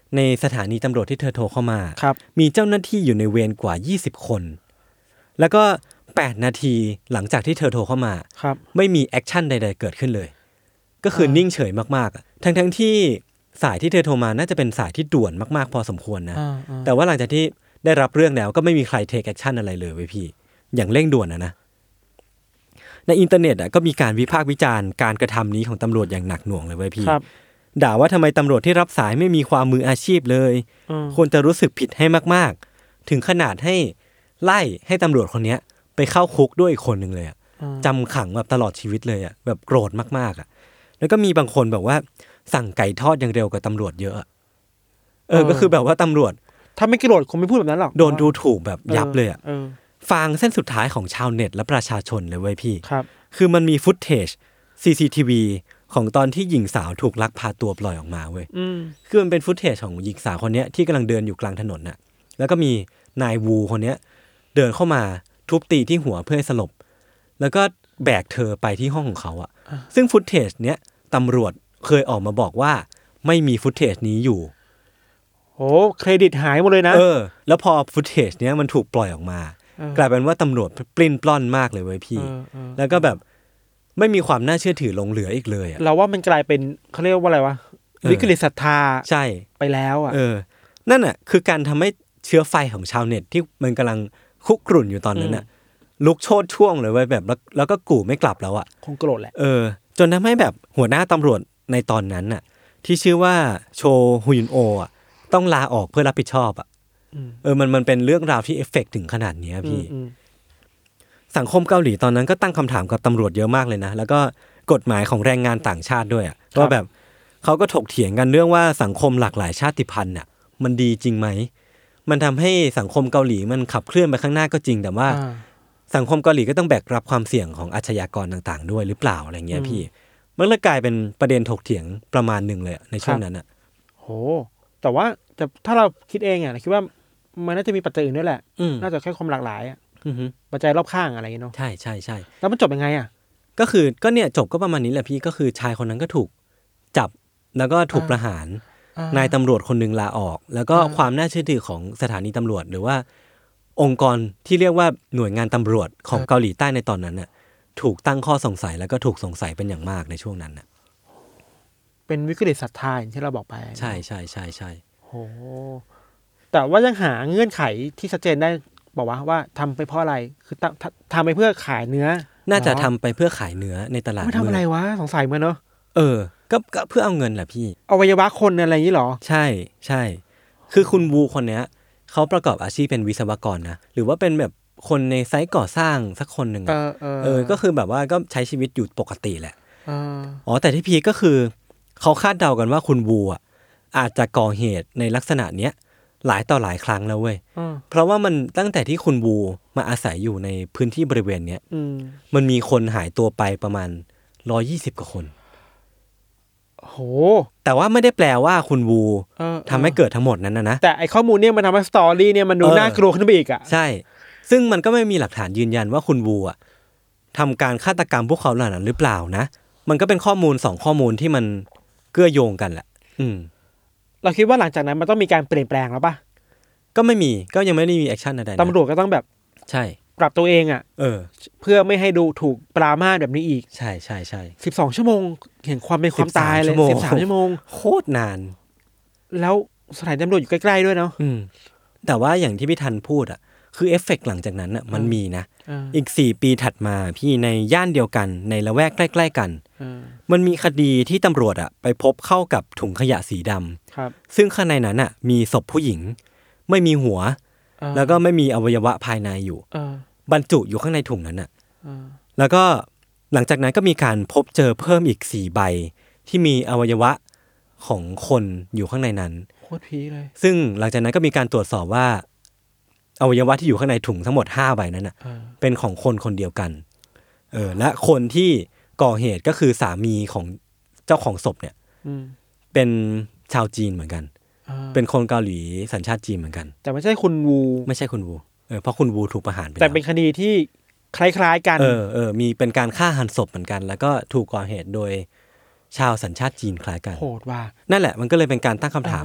E: ในสถานีตำรวจที่เธอโทรเข้ามา
F: ครับ
E: มีเจ้าหน้าที่อยู่ในเวรกว่ายี่สิบคนแล้วก็แปดนาทีหลังจากที่เธอโทรเข้ามาไม่มีแอคชั่นใดๆเกิดขึ้นเลยก็คือนิ่งเฉยมากๆทั้งๆที่สายที่เธอโทรมาน่าจะเป็นสายที่ด่วนมากๆพอสมควรนะแต่ว่าหลังจากที่ได้รับเรื่องแล้วก็ไม่มีใครเทคแอคชั่นอะไรเลยเว้ยพี่อย่างเร่งด่วนนะนะในอินเทอร์เน็ตอ่ะก็มีการวิพากษ์วิจารณ์การกระทำนี้ของตำรวจอย่างหนักหน่วงเลยเว้ยพี่ด่าว่าทำไมตำรวจที่รับสายไม่มีความมืออาชีพเลยควรจะรู้สึกผิดให้มากๆถึงขนาดให้ไล่ให้ตำรวจคนนี้ไปเข้าคุกด้วยอีกคนนึงเลยอ่ะจำขังแบบตลอดชีวิตเลยอ่ะแบบโกรธมากๆอ่ะแล้วก็มีบางคนแบบว่าสั่งไก่ทอดอย่างเร็วกว่าตำรวจเยอะเออก็คือแบบว่าตำรวจ
F: ถ้าไม่โกรธคงไม่พูดแบบนั้นหรอก
E: โดนดูถูกแบบยับเลยอ่ะฟางเส้นสุดท้ายของชาวเน็ตและประชาชนเลยเว้ยพี่
F: ครับ
E: คือมันมีฟุตเทจ ซี ซี ที วี ของตอนที่หญิงสาวถูกลักพาตัวปล่อยออกมาเว้ยคือมันเป็นฟุตเทจของหญิงสาวคนนี้ที่กำลังเดินอยู่กลางถนนน่ะแล้วก็มีนายวูคนนี้เดินเข้ามาทุบตีที่หัวเพื่อให้สลบแล้วก็แบกเธอไปที่ห้องของเขาอ่ะซึ่งฟุตเทจเนี้ยตำรวจเคยออกมาบอกว่าไม่มีฟุตเทจนี้อยู่
F: โอ้เครดิตหายหมดเลยนะ
E: เออแล้วพอฟุตเทจเนี้ยมันถูกปล่อยออกมากลายเป็นว่าตำรวจปลิ้นปล้อนมากเลยเว้ยพี่แล้วก็แบบไม่มีความน่าเชื่อถือลงเหลืออีกเลยอ่ะ
F: เราว่ามันกลายเป็นเขาเรียกว่าอะไรวะวิกฤตศรัทธา
E: ใช่
F: ไปแล้วอ่ะ
E: เออนั่นน่ะคือการทำให้เชื้อไฟของชาวเน็ตที่มันกำลังคุกรุ่นอยู่ตอนนั้นน่ะลุกโชนช่วงเลยเว้ยแบบแล้วแล้วก็กู่ไม่กลับแล้วอ่ะ
F: คงโกรธแหละ
E: เออจนทำให้แบบหัวหน้าตำรวจในตอนนั้นน่ะที่ชื่อว่าโชฮุยุนโออ่ะต้องลาออกเพื่อรับผิดชอบอ่ะเออมันมันเป็นเรื่องราวที่เอฟเฟกต์ถึงขนาดนี้พี่สังคมเกาหลีตอนนั้นก็ตั้งคำถามกับตำรวจเยอะมากเลยนะแล้วก็กฎหมายของแรงงานต่างชาติด้วยอ่ะว่าแบบเขาก็ถกเถียงกันเรื่องว่าสังคมหลากหลายชาติพันธุ์น่ะมันดีจริงไหมมันทำให้สังคมเกาหลีมันขับเคลื่อนไปข้างหน้าก็จริงแต่ว่าสังคมเกาหลีก็ต้องแบกรับความเสี่ยงของอาชญากรต่างๆด้วยหรือเปล่าอะไรเงี้ยพี่มันเลยกลายเป็นประเด็นถกเถียงประมาณหนึ่งเลยในช่วงนั้นอ่ะ
F: โหแต่ว่าแต่ถ้าเราคิดเองอ่ะคิดว่ามันน่าจะมีปัจจัยอื่นด้วยแหละน่าจะแค่ความหลากหลายอ่ะปัจจัยรอบข้างอะไรอย่างเงี้ยเนาะ
E: ใช่ใช่ใช่
F: แล้วมันจบยังไงอ่ะ
E: ก็คือก็เนี่ยจบก็ประมาณนี้แหละพี่ก็คือชายคนนั้นก็ถูกจับแล้วก็ถูกประหารนายตำรวจคนนึงลาออกแล้วก็ความน่าเชื่อถือของสถานีตำรวจหรือว่าองค์กรที่เรียกว่าหน่วยงานตำรวจของเกาหลีใต้ในตอนนั้นน่ะถูกตั้งข้อสงสัยแล้วก็ถูกสงสัยเป็นอย่างมากในช่วงนั้นน่ะ
F: เป็นวิกฤตศรัทธาอย่างที่เราบอกไป
E: ใช่ใช่ใช่ใช่
F: โหแต่ว่ายังหาเงื่อนไขที่ชัดเจนได้บอกว่าว่าทำไปเพราะอะไรคือทำไปเพื่อขายเนื้อ
E: น่าจะทำไปเพื่อขายเนื้อในตลาด
F: ไม่ทำอะไรวะสงสัยมันเนาะ
E: เออก็ก็เพื่อเอาเงินแหละพี่
F: อวัยวะคนอะไรอย่างนี้หรอ
E: ใช่ใช่คือคุณวูคนเนี้ยเขาประกอบอาชีพเป็นวิศวกรนะหรือว่าเป็นแบบคนในไซต์ก่อสร้างสักคนหนึ่ง
F: เออเออ
E: เออก็คือแบบว่าก็ใช้ชีวิตอยู่ปกติแหละอ๋อแต่ที่พีก็คือเขาคาดเดากันว่าคุณวูอ่ะอาจจะก่อเหตุในลักษณะเนี้ยหลายต่อหลายครั้งแล้วเว้ยเพราะว่ามันตั้งแต่ที่คุณวูมาอาศัยอยู่ในพื้นที่บริเวณเนี้ยมันมีคนหายตัวไปประมาณหนึ่งร้อยยี่สิบกว่าคน
F: โห
E: แต่ว่าไม่ได้แปลว่าคุณวูทำให้เกิดทั้งหมดนั้นนะนะ
F: แต่ไอข้อมูลเนี่ยมันทำให้สตอรี่เนี่ยมันดูน่ากลัวขึ้นไปอีกอ่ะ
E: ใช่ซึ่งมันก็ไม่มีหลักฐานยืนยันว่าคุณวูอ่ะทำการฆาตกรรมพวกเขาเหล่านั้นหรือเปล่านะมันก็เป็นข้อมูลสองข้อมูลที่มันเกื้อโยงกันแหละอืม
F: เราคิดว่าหลังจากนั้นมันต้องมีการเปลี่ยนแปลงแล้วป่ะ
E: ก็ไม่มีก็ยังไม่ได้มีแอคชั่นอะไร
F: ตำรวจก็ต้องแบบ
E: ใช่
F: ปรับตัวเองอ่ะ
E: เออ
F: เพื่อไม่ให้ดูถูกปรามาสแบบนี้อีก
E: ใช่ใช่ใช่
F: สิบสองชั่วโมงเห็นความเป็นความตายเลยสิบสามชั่วโมง
E: โคตรนาน
F: แล้วสถานีตำรวจอยู่ใกล้ๆด้วยเนาะ
E: อืมแต่ว่าอย่างที่พี่ทันพูดอ่ะคือเอฟเฟกต์หลังจากนั้นอ่ะมันมีนะอีกสี่ปีถัดมาพี่ในย่านเดียวกันในละแวกใกล้ๆกันมันมีคดีที่ตำรวจอ่ะไปพบเข้ากับถุงขยะสีดำ
F: ครับ
E: ซึ่งข้างในนั้นอ่ะมีศพผู้หญิงไม่มีหัวแล้วก็ไม่มีอวัยวะภายในอยู่บรรจุอยู่ข้างในถุงนั้นน่ะแล้วก็หลังจากนั้นก็มีการพบเจอเพิ่มอีกสี่ใบที่มีอวัยวะของคนอยู่ข้างในนั้น
F: โคตรพีเลย
E: ซึ่งหลังจากนั้นก็มีการตรวจสอบว่าอวัยวะที่อยู่ข้างในถุงทั้งหมดห้าใบนั้นน่ะเป็นของคนคนเดียวกันเออและคนที่ก่อเหตุก็คือสามีของเจ้าของศพเนี่ยเป็นชาวจีนเหมือนกันเป็นคนเกาหลีสัญชาติจีนเหมือนกัน
F: แต่ไม่ใช่คุณวู
E: ไม่ใช่คุณวูเออเพราะคุณวูถูกประหารไป
F: แต่เป็นคดีที่คล้ายๆกัน
E: เออเออมีเป็นการฆ่าหันศพเหมือนกันแล้วก็ถูกก่อเหตุโดยชาวสัญชาติจีนคล้ายกัน
F: โหดว่ะ
E: นั่นแหละมันก็เลยเป็นการตั้งคำถามอ่ะ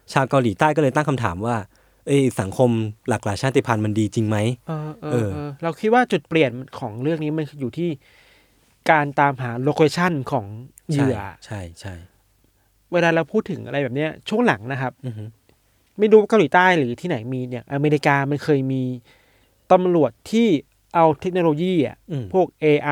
E: ชาวเกาหลีใต้ก็เลยตั้งคำถามว่าเอ้ยสังคมหลากหลายชาติพันธุ์มันดีจริงไหม
F: เออเออเออเราคิดว่าจุดเปลี่ยนของเรื่องนี้มันอยู่ที่การตามหาโลเคชั่นของเหยื่อ
E: ใช่ใช่
F: เวลาเราพูดถึงอะไรแบบเนี้ยช่วงหลังนะครับไม่รู้เกาหลีใต้หรือที่ไหนมีเนี่ยอเมริกามันเคยมีตำรวจที่เอาเทคโนโลยีอ่ะพวก เอ ไอ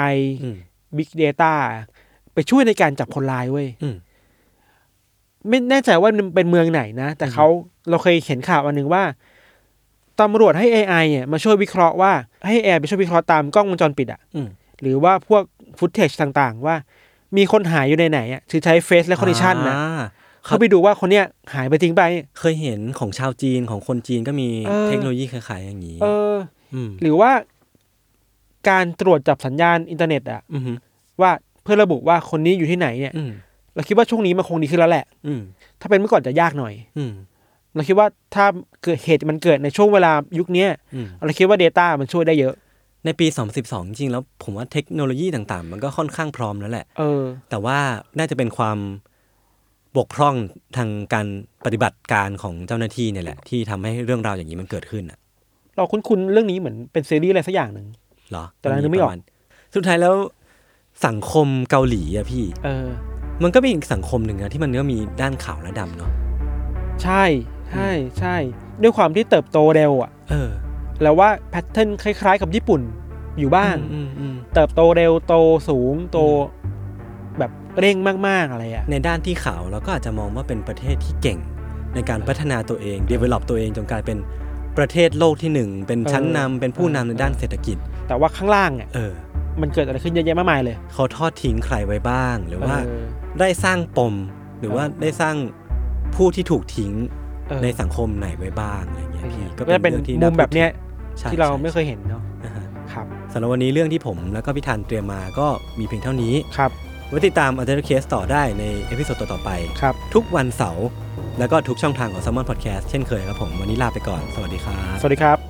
F: Big Data ไปช่วยในการจับคนร้ายเว้ยไม่แน่ใจว่ามันเป็นเมืองไหนนะแต่เขาเราเคยเห็นข่าวอันนึงว่าตำรวจให้ เอ ไอ เนี่ยมาช่วยวิเคราะห์ว่าให้ เอ ไอ ไปช่วยวิเคราะห์ตามกล้องวงจรปิดอ่ะหรือว่าพวกฟุตเทจต่างๆว่ามีคนหายอยู่ในไหนอ่ะคือใช้ Face Recognition นะเขาไปดูว่าคนเนี้ยหายไปจริงไป
E: เคยเห็นของชาวจีนของคนจีนก็มีเทคโนโลยีคล้ายๆอย่างนี้
F: เออหรือว่าการตรวจจับสัญญาณอินเทอร์เน็ตอ่ะว่าเพื่อระบุว่าคนนี้อยู่ที่ไหนเนี่ยเราคิดว่าช่วงนี้มันคงดีขึ้นแล้วแหละถ้าเป็นเมื่อก่อนจะยากหน่อยเราคิดว่าถ้าเกิดเหตุมันเกิดในช่วงเวลายุคนี้เราคิดว่า Data มันช่วยได้เยอะ
E: ในปีสองพันสิบสองจริงๆแล้วผมว่าเทคโนโลยีต่างๆมันก็ค่อนข้างพร้อมแล้วแหละ
F: เออ
E: แต่ว่าน่าจะเป็นความบกพร่องทางการปฏิบัติการของเจ้าหน้าที่เนี่ยแหละที่ทำให้เรื่องราวอย่างนี้มันเกิดขึ้นอ่ะ
F: เราคุ้นๆเรื่องนี้เหมือนเป็นซีรีส์อะไรสักอย่างนึง
E: เหรอ
F: แต่เรานึกไม่ออก
E: สุดท้ายแล้วสังคมเกาหลีอ่ะพี่
F: เออ
E: มันก็มีอีกสังคมหนึ่งนะที่มันก็มีด้านขาวและดำเนาะ
F: ใช่ใช่ใช่ด้วยความที่เติบโตเร็วอ่ะ
E: เออ
F: แล้วว่าแพทเทิร์นคล้ายๆกับญี่ปุ่นอยู่บ้างเติบโตเร็วโตสูงโตแบบเร่งมากๆอะไรอ่ะ
E: ในด้านที่ขาวเราก็อาจจะมองว่าเป็นประเทศที่เก่งในการพัฒนาตัวเอง develop ตัวเองจนกลายเป็นประเทศโลกที่หนึ่งเป็นชั้นนำเป็นผู้นำในด้านเศรษฐกิจ
F: แต่ว่าข้างล่างเนี่ย
E: เออ
F: มันเกิดอะไรขึ้นเยอะแยะมากมายเลย
E: เขาทอดทิ้งใครไว้บ้างหรือว่าได้สร้างปมหรือว่าได้สร้างผู้ที่ถูกทิ้งในสังคมไหนไว้บ้างอะไรเงี้ยพี่
F: ก็เป็นเรื่องที่มุมแบบเนี้ยที่เราไม่เคยเห็นเนาะครับ
E: สำหรับวันนี้เรื่องที่ผมแล้วก็พี่ธันเตรียมมาก็มีเพียงเท่านี้
F: ครับ
E: ไว้ติดตาม Other Case ต่อได้ในเอพิโซดต่อๆไป
F: ครับ
E: ทุกวันเสาร์แล้วก็ทุกช่องทางของ Salmon Podcast เช่นเคยครับผมวันนี้ลาไปก่อนสวัสดีครับ
F: สวัสดีครับ